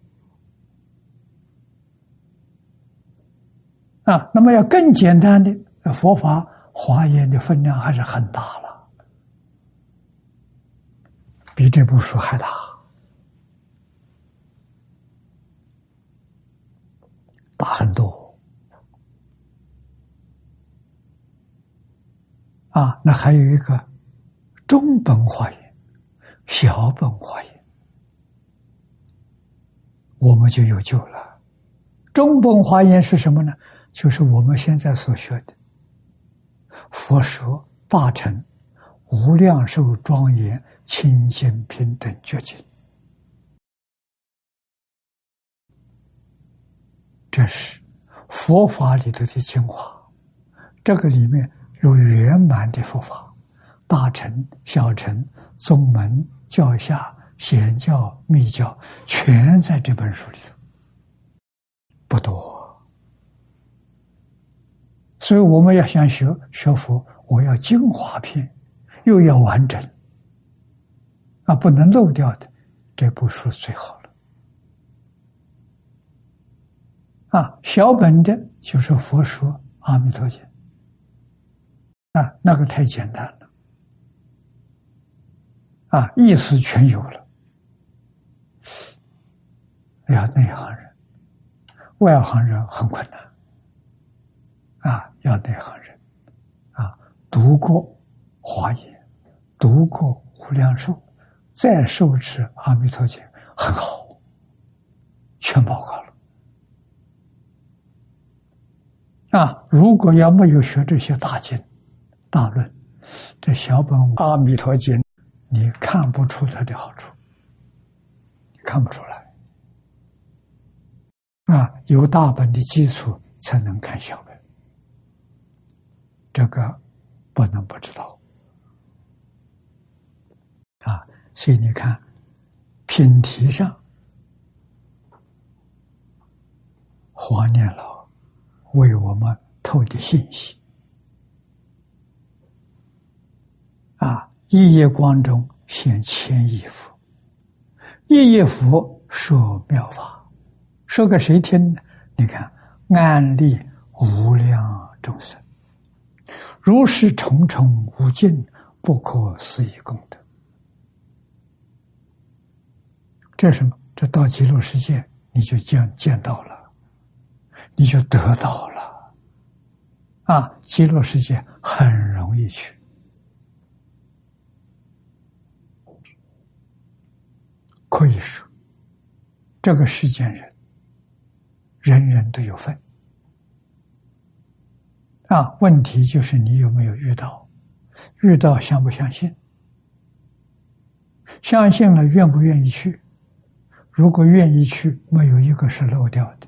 啊。那么要更简单的佛法，华严的分量还是很大了比这部书还大很多啊！那还有一个中本华严、小本华严，我们就有救了。中本华严是什么呢？就是我们现在所学的佛说大乘无量寿庄严清净平等觉经，这是佛法里头的精华。这个里面有圆满的佛法，大乘、小乘、宗门、教下、显教、密教，全在这本书里头，不多。所以我们要想学佛，我要精华片，又要完整啊，不能漏掉的，这部书最好了啊。小本的就是佛说阿弥陀经啊，那个太简单了啊，意思全有了。要内行人，外行人很困难啊，要内行人啊，读过华严，读过无量寿，再受持阿弥陀经，很好，全包括了啊。如果要没有学这些大经大论，这小本阿弥陀经你看不出它的好处，你看不出来啊。有大本的基础才能看小本，这个不能不知道啊。所以你看品题上华念老为我们透的信息啊，一叶光中现千亿佛，一叶佛说妙法，说给谁听呢？你看安利无量众生，如是重重无尽不可思议功德。这是什么？这到极乐世界你就见到了，你就得到了啊！极乐世界很容易去，可以说这个世间人人人都有份啊。问题就是你有没有遇到，遇到相不相信，相信了愿不愿意去。如果愿意去，没有一个是漏掉的，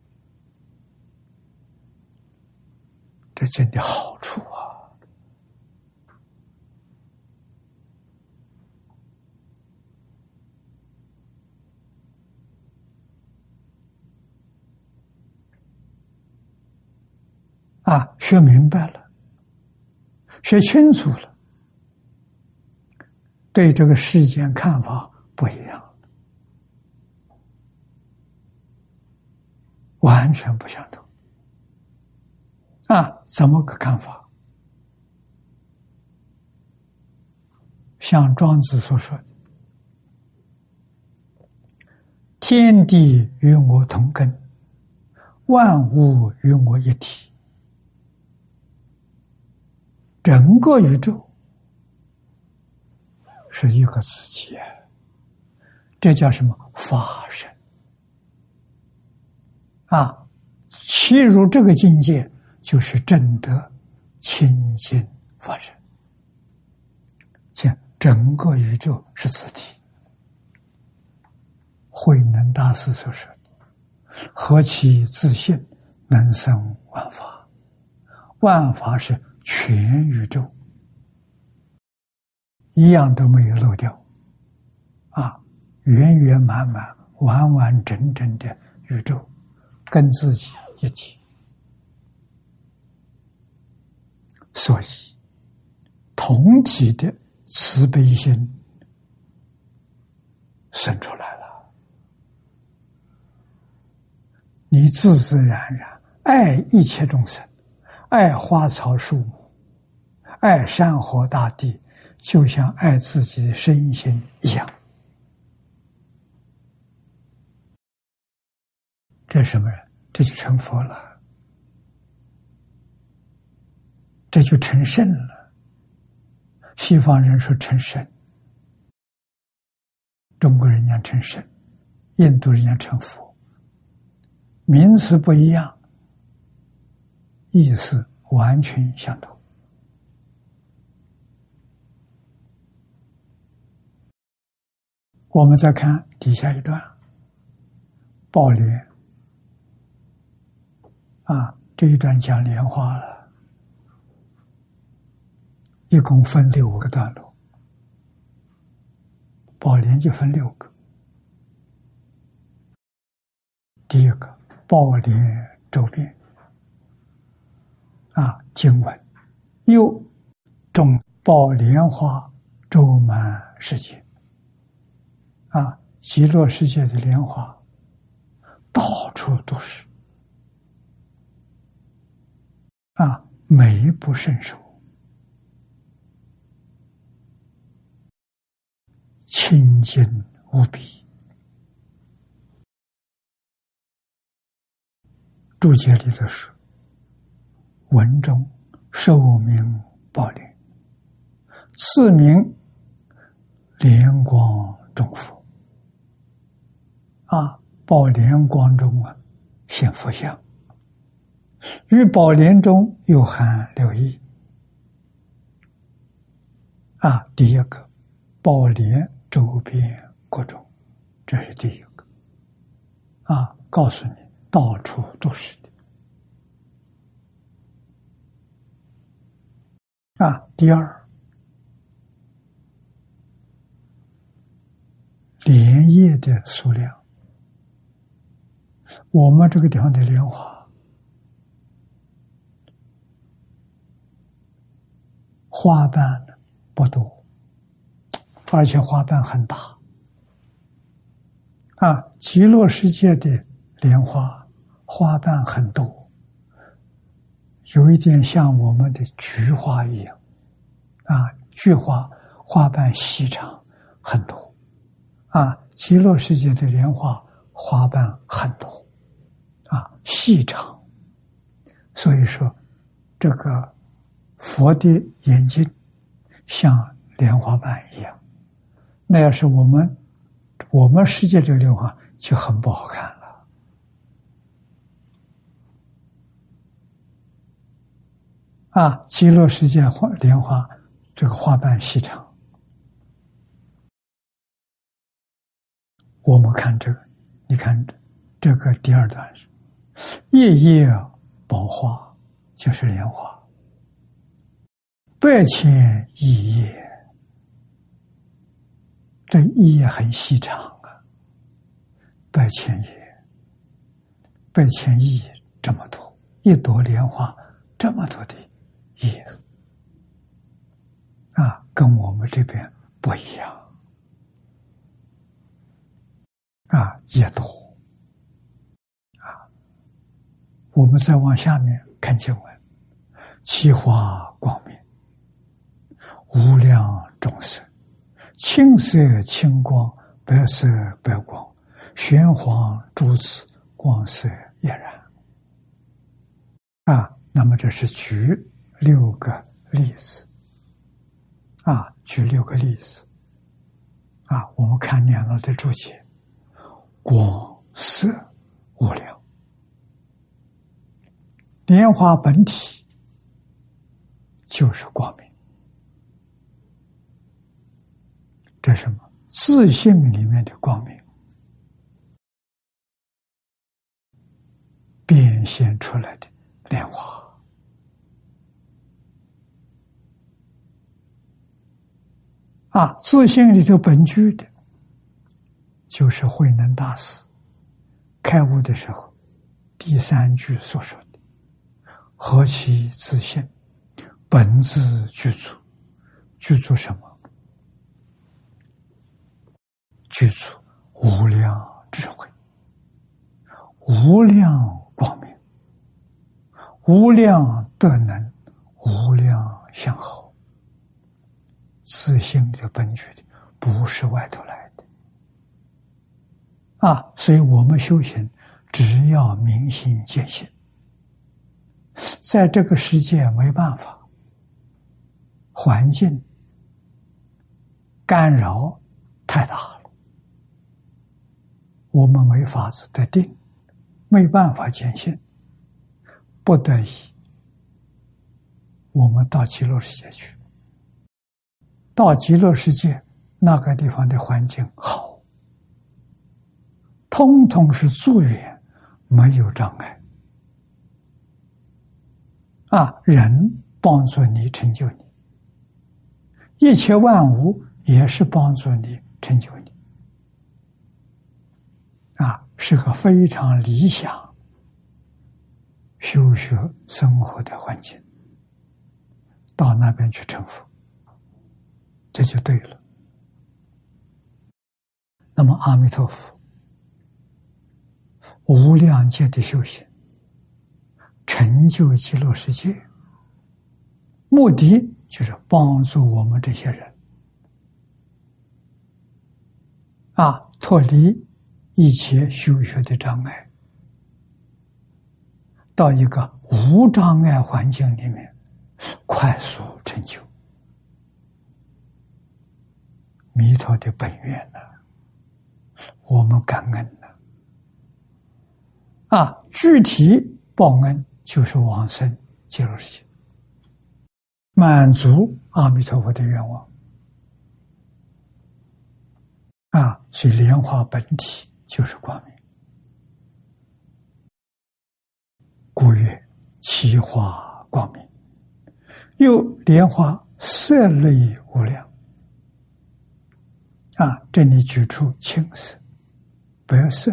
这真的好处啊！学明白了，学清楚了，对这个世间看法不一样，完全不相同啊！怎么个看法？像庄子所说的，天地与我同根，万物与我一体，整个宇宙是一个自己，这叫什么？法身啊！契入这个境界，就是证得清净法身。整个宇宙是自体。慧能大师所说的，何其自性，能生万法。万法是全宇宙，一样都没有漏掉啊！圆圆满满、完完整整的宇宙，跟自己一体。所以同体的慈悲心生出来了，你自自然然爱一切众生，爱花草树木，爱山河大地， 就像爱自己的身心一样。这是什么人？这就成佛了，这就成圣了。西方人说成圣，中国人讲成圣，印度人讲成佛，名词不一样，意思完全相同。我们再看底下一段，宝莲这一段讲莲花了，一共分6个段落，宝莲就分6个。第一个，宝莲周遍经文，又种宝莲花周满世界极乐世界的莲花到处都是美不胜收，清净无比。注解里头说，文中受名宝莲，次名莲光中佛宝莲光中现佛像，于宝莲中又含6义第一个，宝莲周遍各种，这是第一个告诉你到处都是的第二，莲叶的数量，我们这个地方的莲花花瓣不多，而且花瓣很大极乐世界的莲花花瓣很多，有一点像我们的菊花一样菊花花瓣细长很多极乐世界的莲花花瓣很多细长，所以说这个佛的眼睛像莲花瓣一样，那要是我们世界这个莲花就很不好看了极乐世界莲花这个花瓣细长。我们看这个，你看这个第二段是叶叶宝花，就是莲花8千亿叶，这一叶很细长8千叶，8千亿这么多，一朵莲花这么多的叶子跟我们这边不一样叶多我们再往下面看经文，其花光明，无量众生，青色青光，白色白光，玄黄诸紫，光色俨然那么这是举6个例子举6个例子我们看两个的注解，光色无量，莲花本体就是光明，这是什么？自性里面的光明变现出来的莲花自性里头本具的，就是慧能大师开悟的时候第3句所说的，何其自性，本自具足。具足什么？具足无量智慧，无量光明，无量德能，无量相好，自自性的本具的，不是外头来的。所以我们修行，只要明心见性，在这个世界没办法，环境干扰太大了，我们没法子得定，没办法见性，不得已，我们到极乐世界去。到极乐世界那个地方的环境好，通通是助缘，没有障碍。人帮助你成就你，一切万物也是帮助你成就你。是个非常理想修学生活的环境，到那边去成佛，这就对了。那么阿弥陀佛无量劫的修行，成就极乐世界，目的就是帮助我们这些人脱离一切修学的障碍，到一个无障碍环境里面快速成就弥陀的本愿呢，我们感恩呢。具体报恩就是往生极乐世界，满足阿弥陀佛的愿望。所以莲花本体就是光明，故曰其花光明。又莲花色类无量，这里举出青色、白色、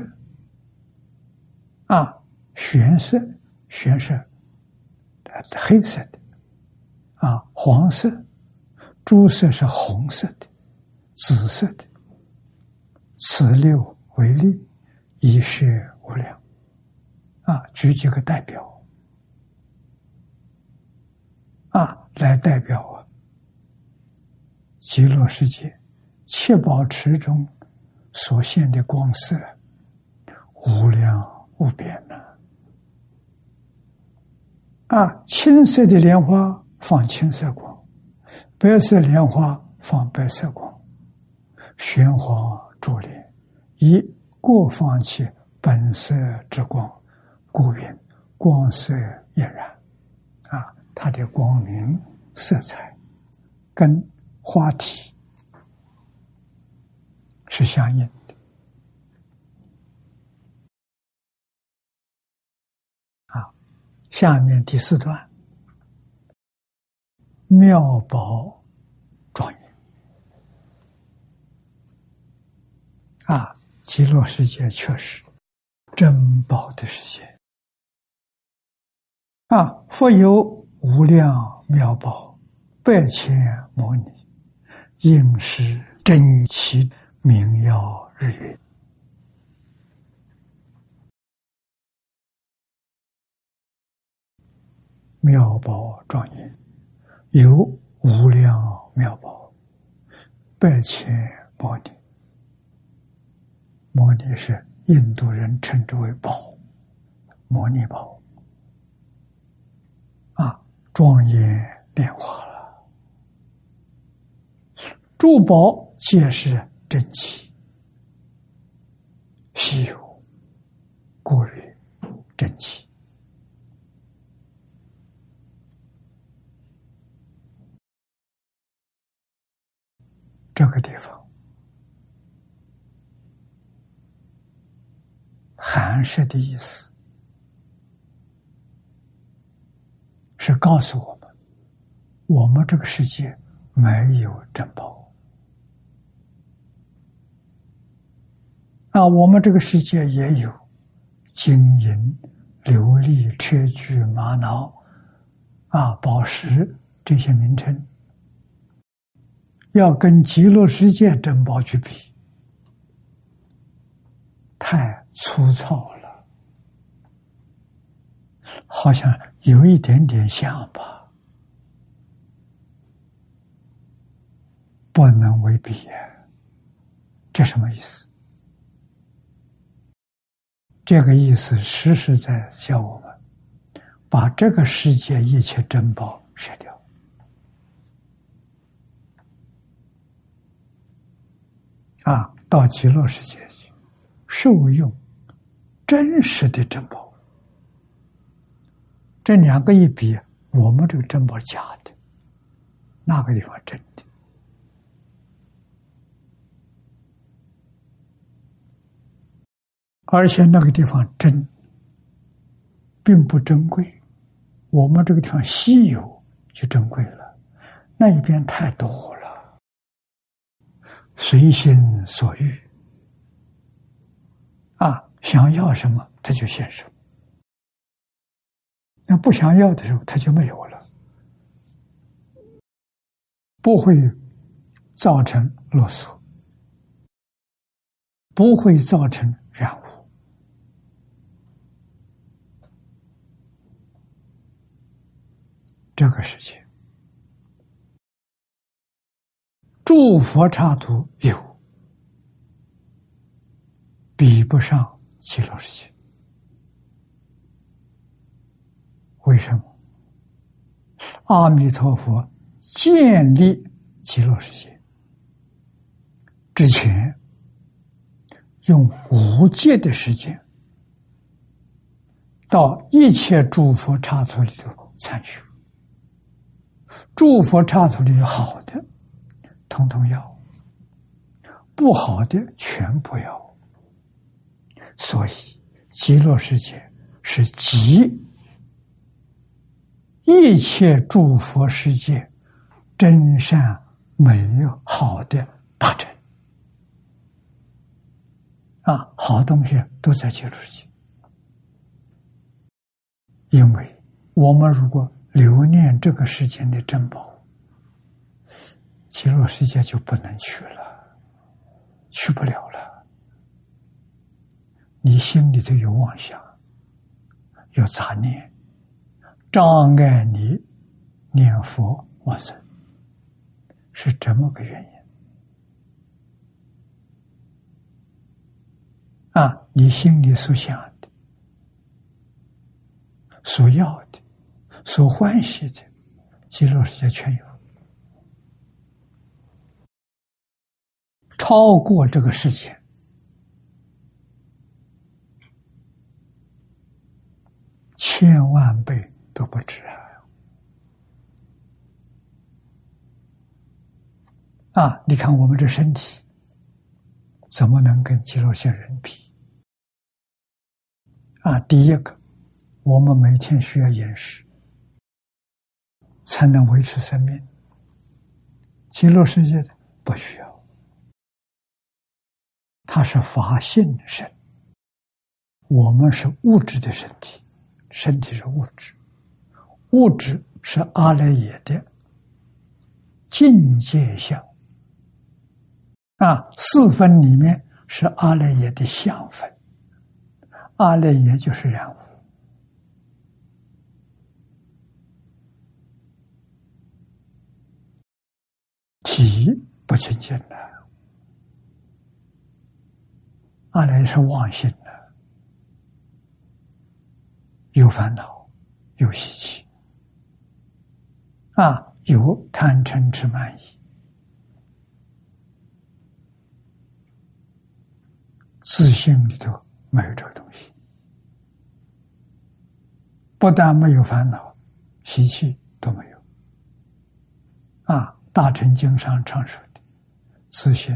玄色、黑色的，黄色、朱色是红色的、紫色的，此六为例，一色无量。举几个代表来代表极乐世界七宝池中所现的光色无量无边呢。青色的莲花放青色光，白色莲花放白色光，玄黄珠帘，以各放其本色之光，故云光色俨然。它的光明色彩跟花体是相应的。下面第四段，妙宝庄严。极乐世界确实珍宝的世界。复有无量妙宝，百千摩尼，应是珍奇明耀日月。妙宝庄严，有无量妙宝，百千摩尼。摩尼是印度人称之为宝，摩尼宝。庄严莲花了，诸宝皆是珍奇，稀有，故曰珍奇。这个地方含释的意思是告诉我们，我们这个世界没有珍宝。我们这个世界也有金银、琉璃、砗磲、玛瑙、宝石这些名称，要跟极乐世界珍宝去比，太粗糙了，好像有一点点像吧。 能为比呀。这什么意思？这个意思实实在教我们把这个世界一切珍宝舍掉。到极乐世界去受用真实的珍宝。这两个一比，我们这个珍宝假的，那个地方真的。而且那个地方真并不珍贵，我们这个地方稀有就珍贵了，那一边太多了，随心所欲想要什么他就现什么，那不想要的时候他就没有了，不会造成勒索，不会造成染污。这个世界诸佛刹土有，比不上极乐世界。为什么？阿弥陀佛建立极乐世界之前，用无界的时间到一切诸佛刹土里头参修。诸佛刹土里好的统统要，不好的全不要。所以极乐世界是集一切诸佛世界真善美好的大成好东西都在极乐世界。因为我们如果留念这个世间的珍宝，极乐世界就不能去了，去不了了。你心里头有妄想，有杂念，障碍你念佛往生，是这么个原因你心里所想的、所要的、所欢喜的，极乐世界全有，超过这个世界千万倍都不止你看我们这身体怎么能跟极乐世界人比第一个，我们每天需要饮食才能维持生命，极乐世界的不需要，它是法性身，我们是物质的身体，身体是物质，物质是阿赖耶的境界相四分里面是阿赖耶的相分，阿赖耶就是染污，体不清净的，阿赖耶是妄性的，有烦恼，有习气有贪嗔痴慢疑，自性里头没有这个东西，不但没有烦恼，习气都没有大乘经上常说的自性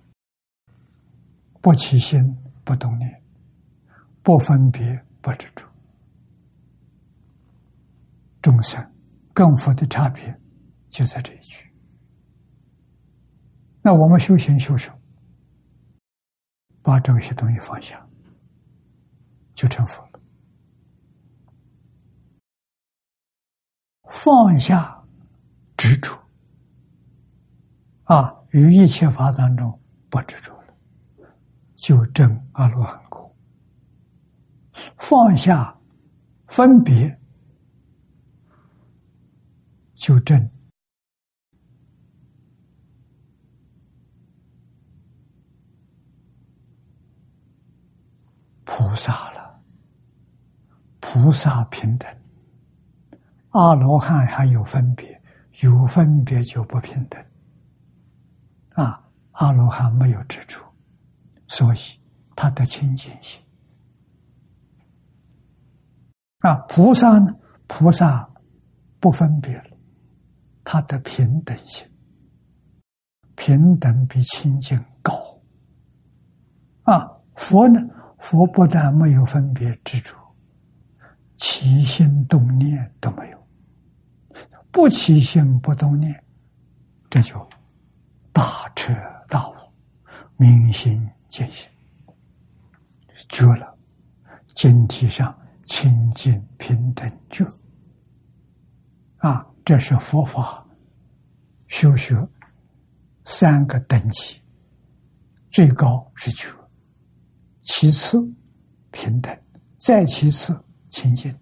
不起心不动念，不分别不执着，众生跟佛的差别就在这一句。那我们修行修手，把这些东西放下，就成佛了。放下执着于一切法当中不执着了，就证阿罗汉果。放下分别，就证菩萨了，菩萨平等。阿罗汉还有分别，有分别就不平等。阿罗汉没有执着，所以他的清净心。菩萨呢？菩萨不分别了，他的平等性，平等比清净高。佛呢？佛不但没有分别执着，起心动念都没有，不起心不动念，这就大彻大悟，明心见性，觉了经题上清净平等觉。这是佛法修学3个等级，最高是觉，其次平等，再其次清净。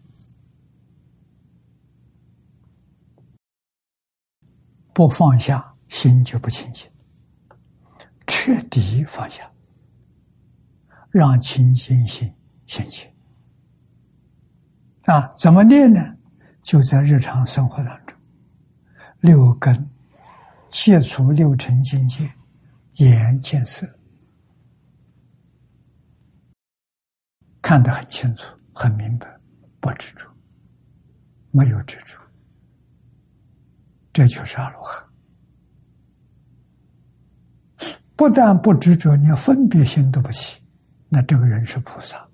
不放下，心就不清净。彻底放下，让清净心现前。怎么练呢？就在日常生活当中，6根接触6尘境界，眼见色，看得很清楚很明白，不执着，没有执着，这就是阿罗汉。不但不执着，连分别心都不起，那这个人是菩萨。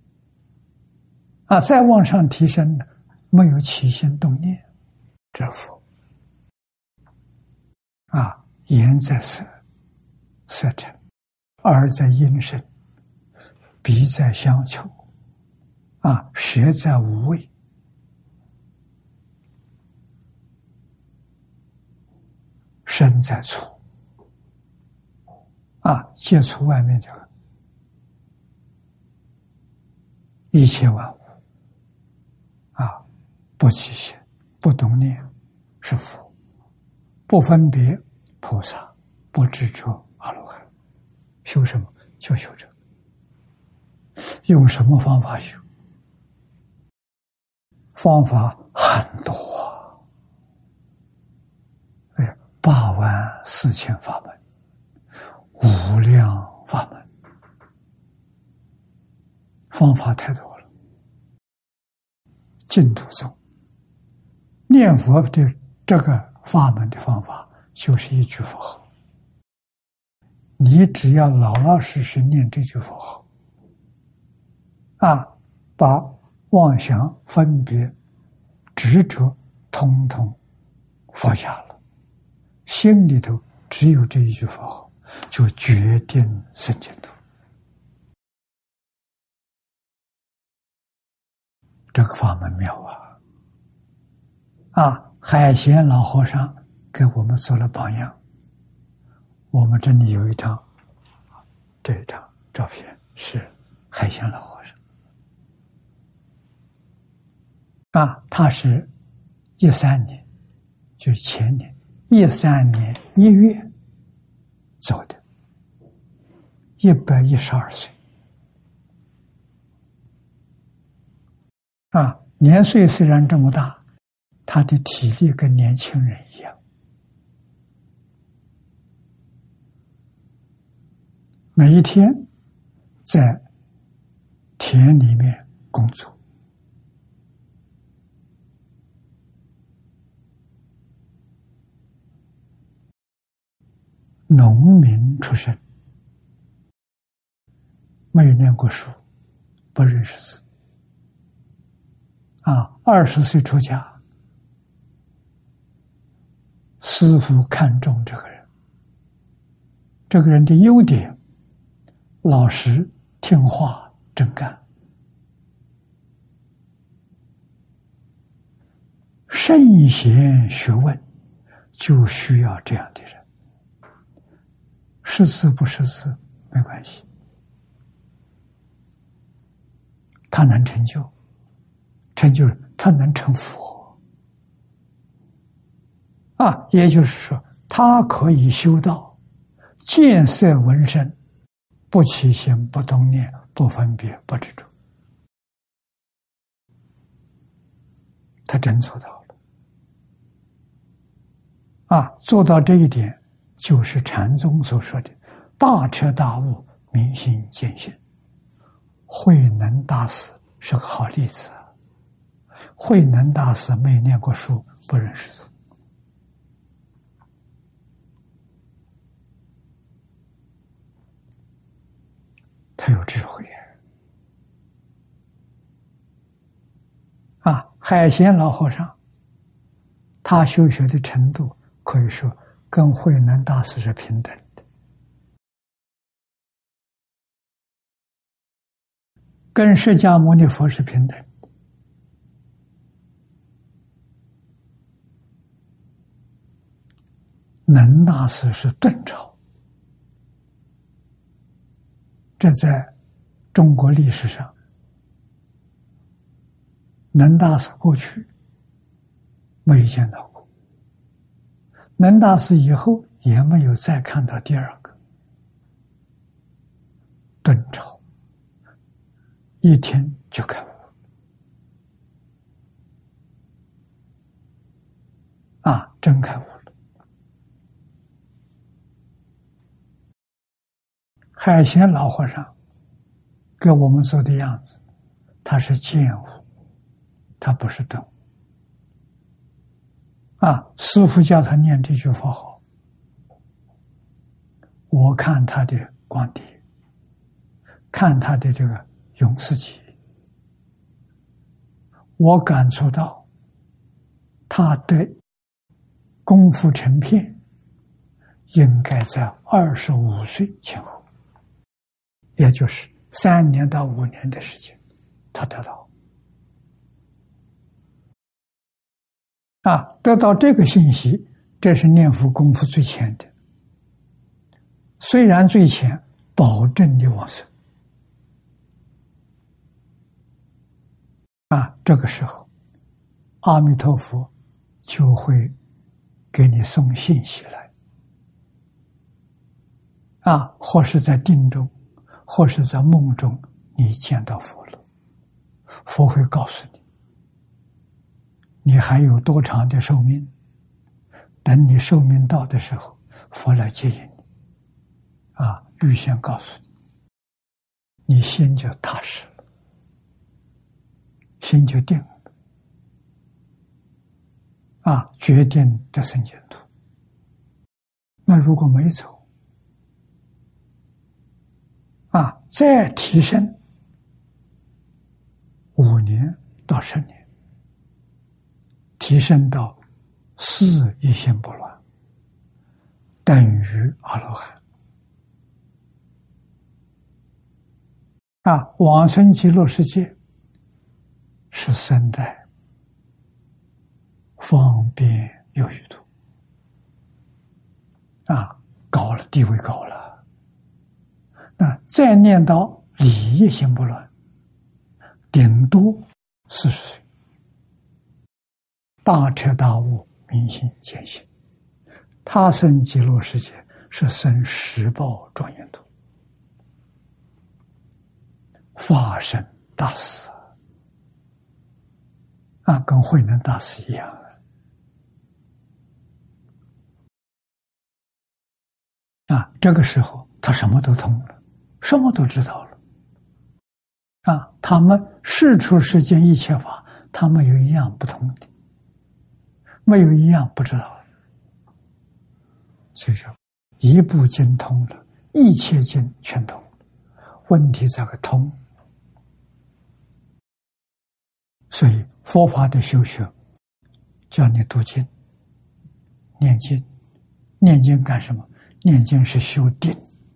再往上提升呢，没有起心动念，这是佛。眼在色，色尘；耳在音声；鼻在香臭；舌在无味；身在触。接触外面的一切万物，不起心，不动念，是佛；不分别，菩萨；不执着，阿罗汉。修什么？就修这个。用什么方法修？方法很多84000法门，无量法门，方法太多了。净土宗念佛的这个法门的方法，就是一句佛号。你只要老老实实念这句佛号，把妄想、分别、执着统统放下了，心里头只有这一句佛号，就决定生净土。这个法门妙海贤老和尚给我们做了榜样。我们这里有一张，这一张照片是海贤老和尚。他是13年，就是前年13年1月走的，112岁。年岁虽然这么大，他的体力跟年轻人一样。每一天在田里面工作，农民出身，没有念过书，不认识字。20岁出家，师父看中这个人，这个人的优点：老实、听话、真干。圣贤学问就需要这样的人，识字不识字没关系，他能成就，成就他能成佛。也就是说，他可以修到见色闻声，不起心不动念， 不分别，不执着，他真做到了。做到这一点，就是禅宗所说的大彻大悟、明心见性。慧能大师是个好例子。慧能大师没念过书，不认识字，他有智慧海贤老和尚，他修学的程度可以说跟慧能大师是平等的，跟释迦牟尼佛是平等的。能大师是顿超，这在中国历史上，能大师过去没有见到过，能大师以后也没有再看到第二个。顿超一天就开悟真开悟了。海贤老和尚给我们做的样子，他是见悟，他不是顿悟。师父叫他念这句佛号，我看他的光碟，看他的这个永世集，我感触到他的功夫成片应该在25岁前后，也就是3年到5年的时间，他得到。得到这个信息，这是念佛功夫最浅的。虽然最浅，保证你往生。这个时候，阿弥陀佛就会给你送信息来。或是在定中，或是在梦中，你见到佛了，佛会告诉你，你还有多长的寿命，等你寿命到的时候，佛来接引你。预先告诉你，你心就踏实了，心就定了。决定的生净土。那如果没走，再提升5年到10年，提升到4一心不乱，等于阿罗汉。往生极乐世界是3代方便有余土。高了，地位高了。那再念到理一心不乱，顶多40岁，大彻大悟，明心见性，他生极乐世界是生十报庄严土，法身大士跟慧能大师一样。这个时候他什么都通了，什么都知道了。他们世出世间一切法，他没有一样不通的，没有一样不知道的。所以说，一部经通了，一切经全通了。问题在个通。所以佛法的修学，叫你读经、念经。念经干什么？念经是修定。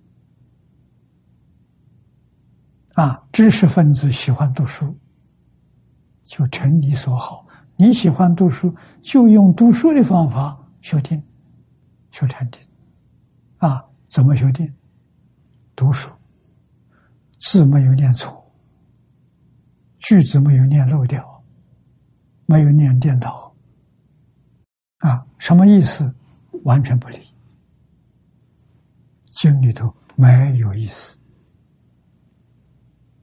知识分子喜欢读书，就成你所好。你喜欢读书，就用读书的方法修定、修禅定。怎么修定？读书，字没有念错，句子没有念漏掉，没有念颠倒。什么意思？完全不理。经里头没有意思。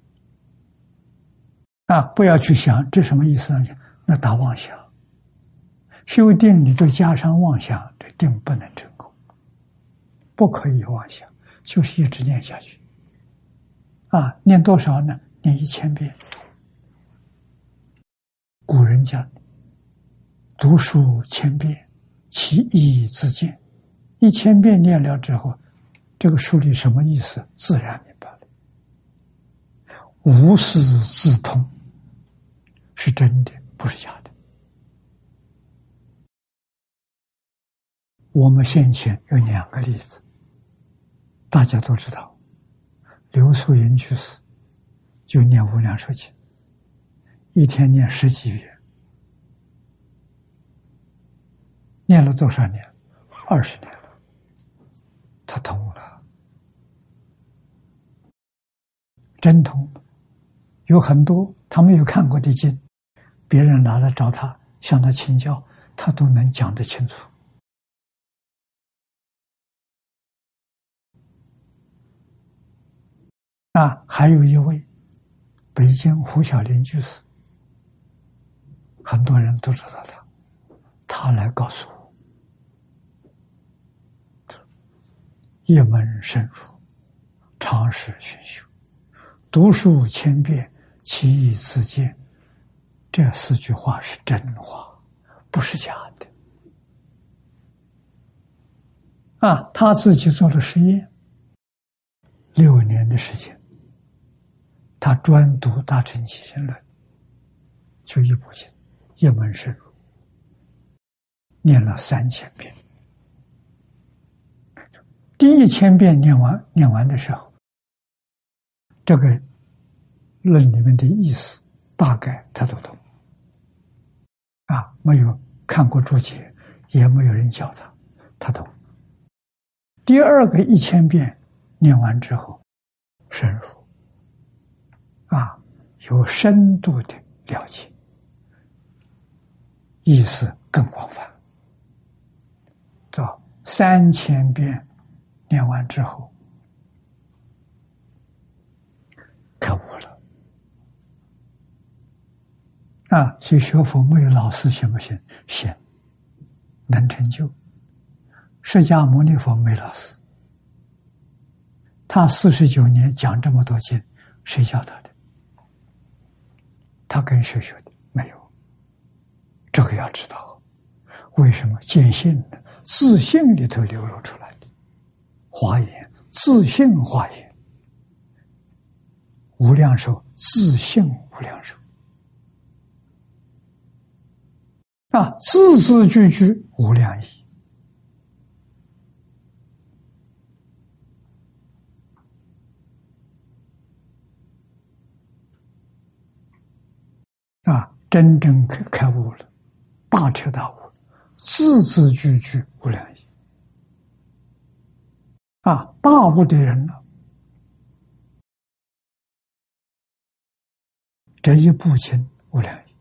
不要去想这什么意思呢？那打妄想。修定你就加上妄想，这定不能成功，不可以妄想，就是一直念下去。念多少呢？念1000遍。古人讲，读书千遍，其义自见。1000遍念了之后，这个书里什么意思，自然明白了。无师自通，是真的，不是假的。我们先前有2个例子，大家都知道，刘素云居士就念无量寿经，一天念10几遍，念了多少年？20年了，他通了，真通了。有很多他没有看过的经，别人拿来找他，向他请教，他都能讲得清楚。还有一位北京胡小林居士，很多人都知道他来告诉我，一门深入，常识熏修，读书千遍，其义自见。这4句话是真话，不是假的。他自己做了实验，6年的时间，他专读《大乘起信论》，就一部经，一门深入，念了3000遍。第1000遍念完的时候，这个论里面的意思大概他都懂。没有看过注解，也没有人教他懂。第2个1000遍念完之后，深入，有深度的了解，意思更广泛。到3000遍念完之后，开悟了。所以学佛没有老师行不行？行，能成就。释迦牟尼佛没老师，他49年讲这么多经，谁教他的？他跟谁学的？没有。这个要知道，为什么见性呢？自性里头流露出来的华严，自性华严，无量寿，自性无量寿。字字句句无量义。真正开悟了，大彻大悟，字字句句无量义。大悟的人呢，这一部经无量义。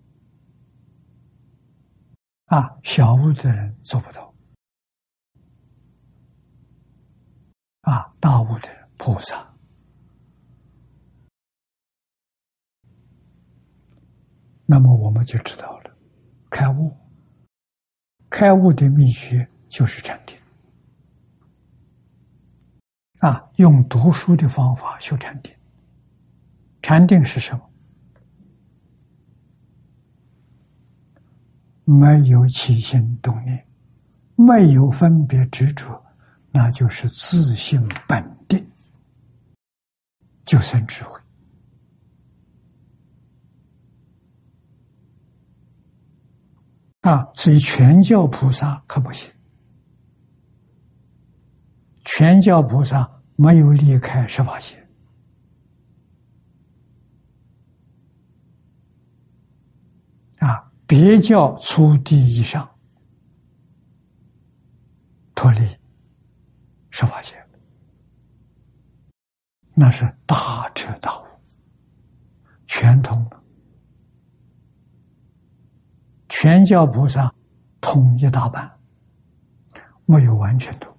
小悟的人做不到。大悟的人，菩萨。那么我们就知道了，开悟的秘诀就是禅定。用读书的方法修禅定。禅定是什么？没有起心动念，没有分别执着，那就是自性本定，就生智慧。所以全教菩萨可不行。全教菩萨没有离开十法界。别教初地以上脱离十法界，那是大彻大悟，全通了。全教菩萨通一大半，没有完全通。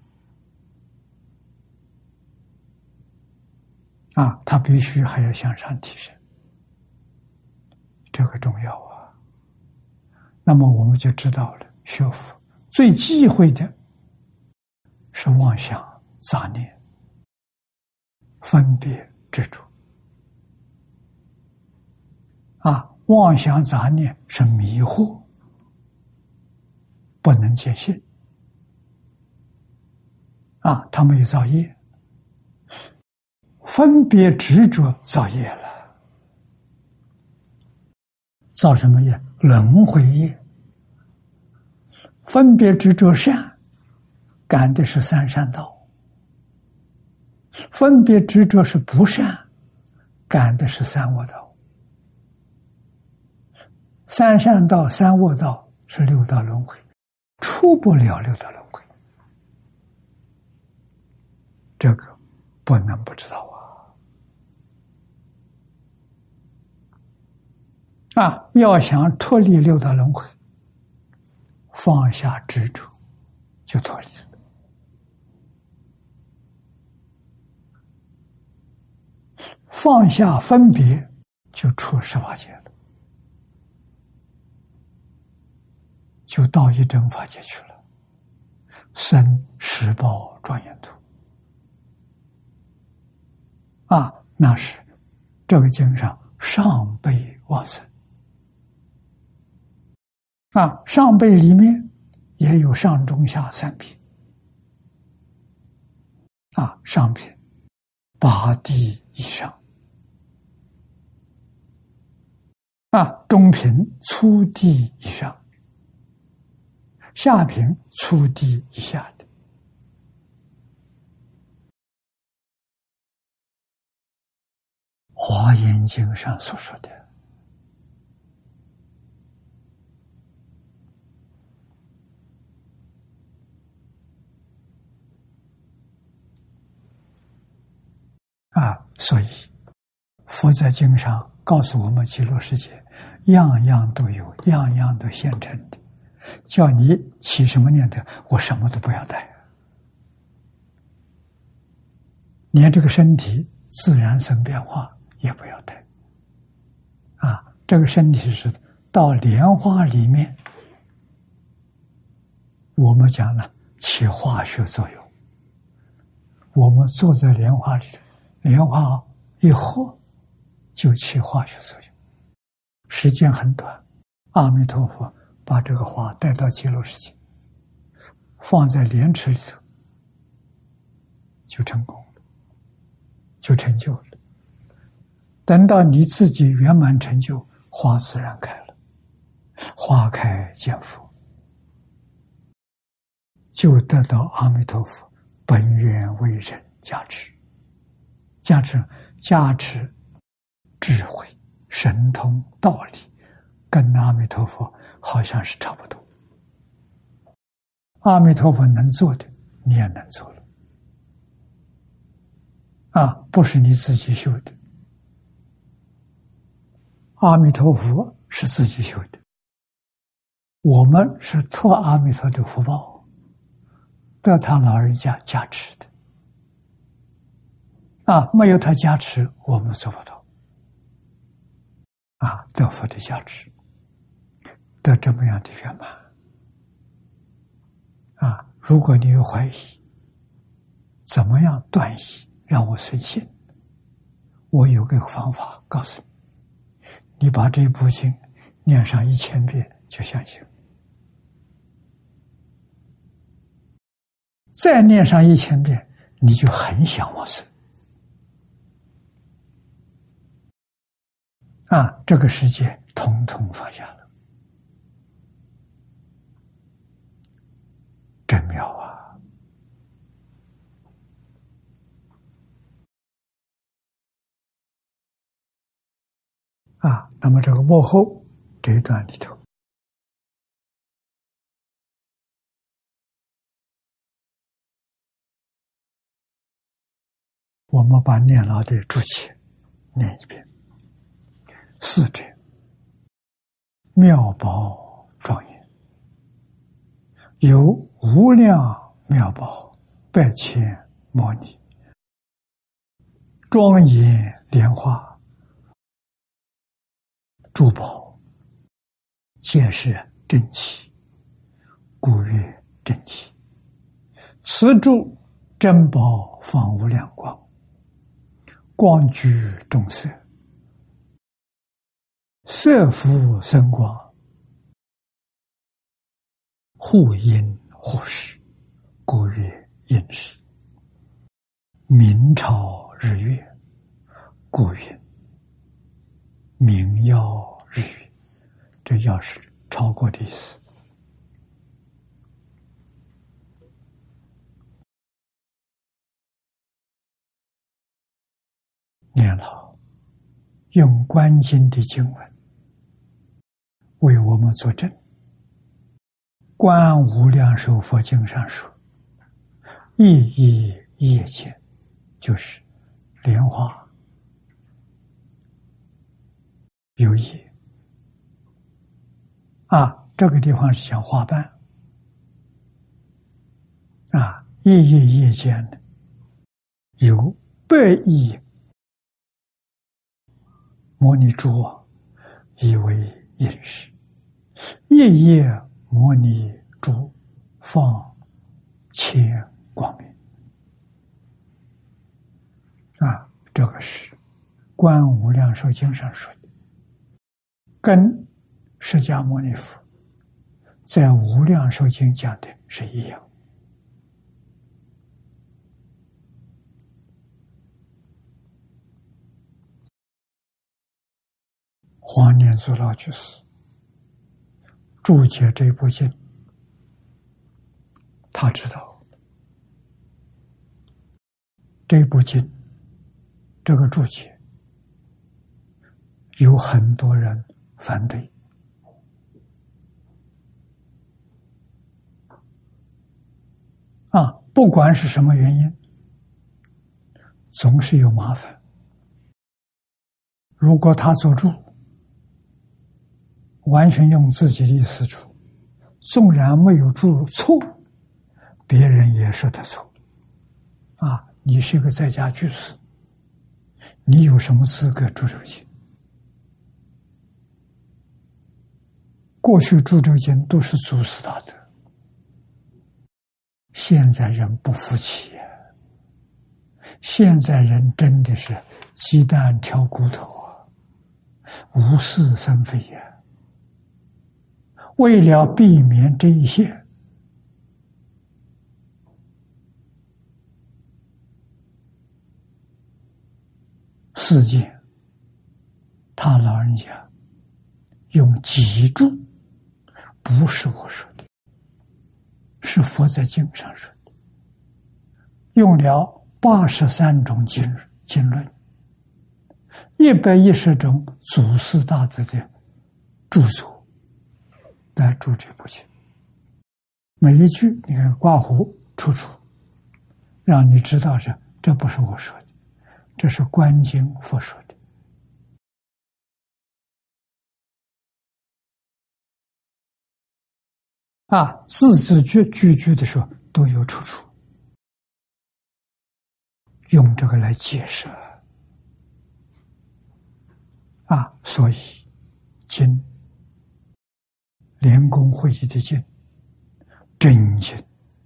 他必须还要向上提升。 这个重要啊。那么我们就知道了，学佛最忌讳的是妄想、杂念、分别、执着。妄想、杂念是迷惑，不能见性。他们有造业，分别执着造业了，造什么业？轮回业。分别执着善，感的是三善道；分别执着是不善，感的是三恶道。三善道、三恶道是六道轮回，出不了六道轮回。这个不能不知道要想脱离六道轮回，放下执着就脱离了。放下分别就出18界了，就到一真法界去了，生十报庄严土。那是这个经上上辈往生。上辈里面也有上中下三品。上品8地以上，中品粗地以上，下品粗地以下的。华严经上所说的所以佛在经上告诉我们，极乐世界样样都有，样样都现成的，叫你起什么念头，我什么都不要带，连这个身体自然生变化也不要带。这个身体是到莲花里面，我们讲了起化学作用。我们坐在莲花里头，莲花一合就起化学作用，时间很短。阿弥陀佛把这个花带到极乐世界，放在莲池里头，就成功了，就成就了。等到你自己圆满成就，花自然开了，花开见佛，就得到阿弥陀佛本愿为人加持，加持智慧、神通、道理，跟阿弥陀佛好像是差不多。阿弥陀佛能做的，你也能做了。不是你自己修的。阿弥陀佛是自己修的，我们是托阿弥陀的福报，得他老人家加持的。没有他加持，我们做不到。得佛的加持，得这么样的圆满。如果你有怀疑，怎么样断疑让我深信？我有个方法告诉你，你把这部经念上1000遍就相信，再念上1000遍，你就很想往生。这个世界统统放下了，真妙那么这个幕后这一段里头，我们把念老的注解念一遍。四者，妙宝庄严，有无量妙宝百千摩尼，庄严莲花，珠宝皆是正气，故曰正气。此诸珍宝放无量光，光居众色，色福生光，互因互视，故曰应时。明朝日月，故云明耀日月。这耀是超过的意思。念老用观经的经文为我们作证。观无量寿佛经上说，一一业见，就是莲花有业这个地方是讲花瓣一一业见的有100亿摩尼珠以为饮食，一叶摩尼珠放千光明这个是《观无量寿经》上说的，跟释迦牟尼佛在《无量寿经》讲的是一样。黄念祖老居士注解这部经，他知道这部经这个注解有很多人反对不管是什么原因，总是有麻烦。如果他做主，完全用自己的意思出，纵然没有注错，别人也说他错你是个在家居士，你有什么资格注这个经？过去注这个经都是祖师大德，现在人不服气现在人真的是鸡蛋挑骨头无事生非为了避免这一些，事件，他老人家用脊柱，不是我说的，是佛在经上说的，用了83种经论，110种祖师大德的著作来注这部经，每一句你看刮胡出处，让你知道这不是我说的，这是观经佛说的字字句句的时候都有出处，用这个来解释所以经莲公会议的经真经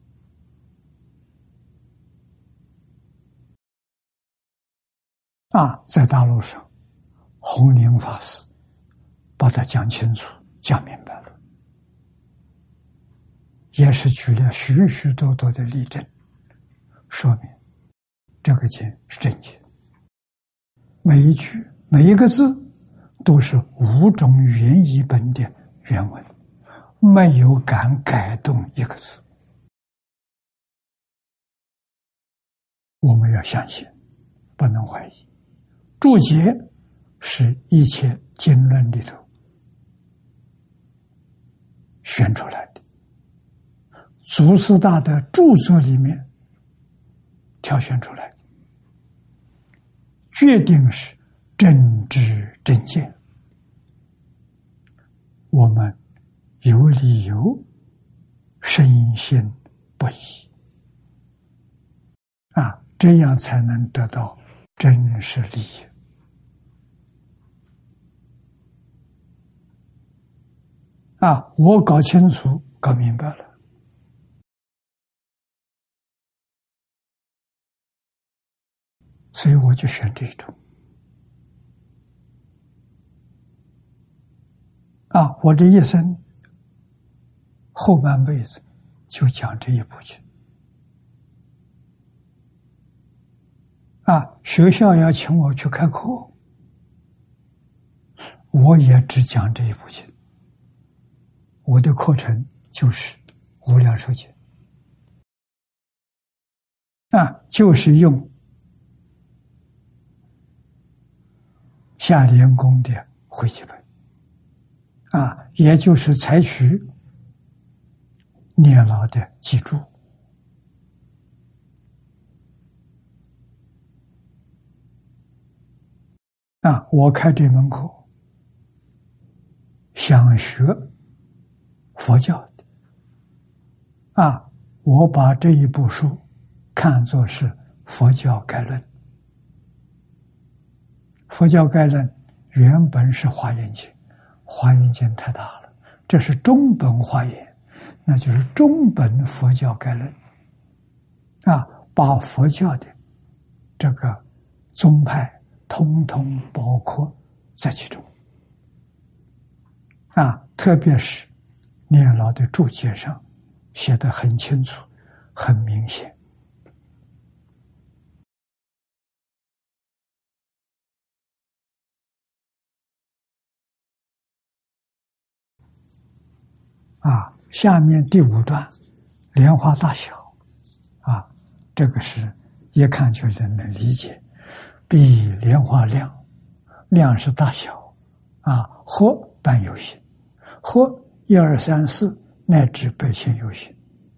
在大陆上弘宁法师把它讲清楚讲明白了，也是举了许许多多的例证，说明这个经是正经，每一句每一个字都是5种原译本的原文，没有敢改动一个字。我们要相信，不能怀疑。注解是一切经论里头选出来的，祖师大的著作里面挑选出来的，决定是正知正见，我们有理由深信不疑这样才能得到真实利益我搞清楚、搞明白了，所以我就选这种。我这一生后半辈子就讲这一部经。学校要请我去开课，我也只讲这一部经。我的课程就是《无量寿经》，就是用夏莲公的汇集本，也就是采取念老的记注。我开这门课，想学佛教的，我把这一部书看作是佛教概论。佛教概论原本是华严经，华严经太大了，这是中本华严，那就是中本佛教概论。把佛教的这个宗派统统包括在其中。特别是念老的注解上写得很清楚、很明显。下面第5段，莲花大小，这个是一看就能理解。比莲花量，量是大小，或半有形，或1、2、3、4乃至百千有形。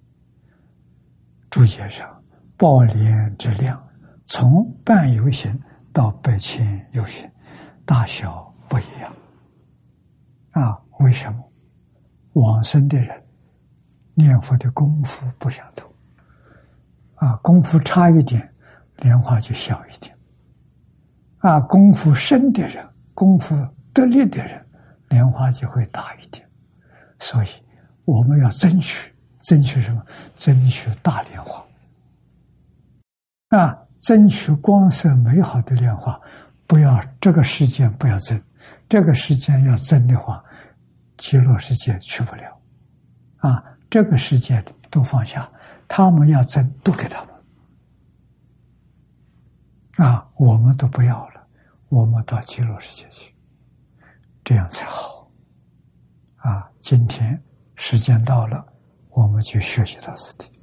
注解上，宝莲之量，从半有形到百千有形，大小不一样。为什么？往生的人念佛的功夫不相同，功夫差一点，莲花就小一点；功夫深的人，功夫得力的人，莲花就会大一点。所以我们要争取什么？争取大莲花，争取光色美好的莲花。不要这个世界不要争，这个世界要争的话，极乐世界去不了。这个世界都放下，他们要争都给他们。我们都不要了，我们到极乐世界去，这样才好。今天时间到了，我们就学习到此地。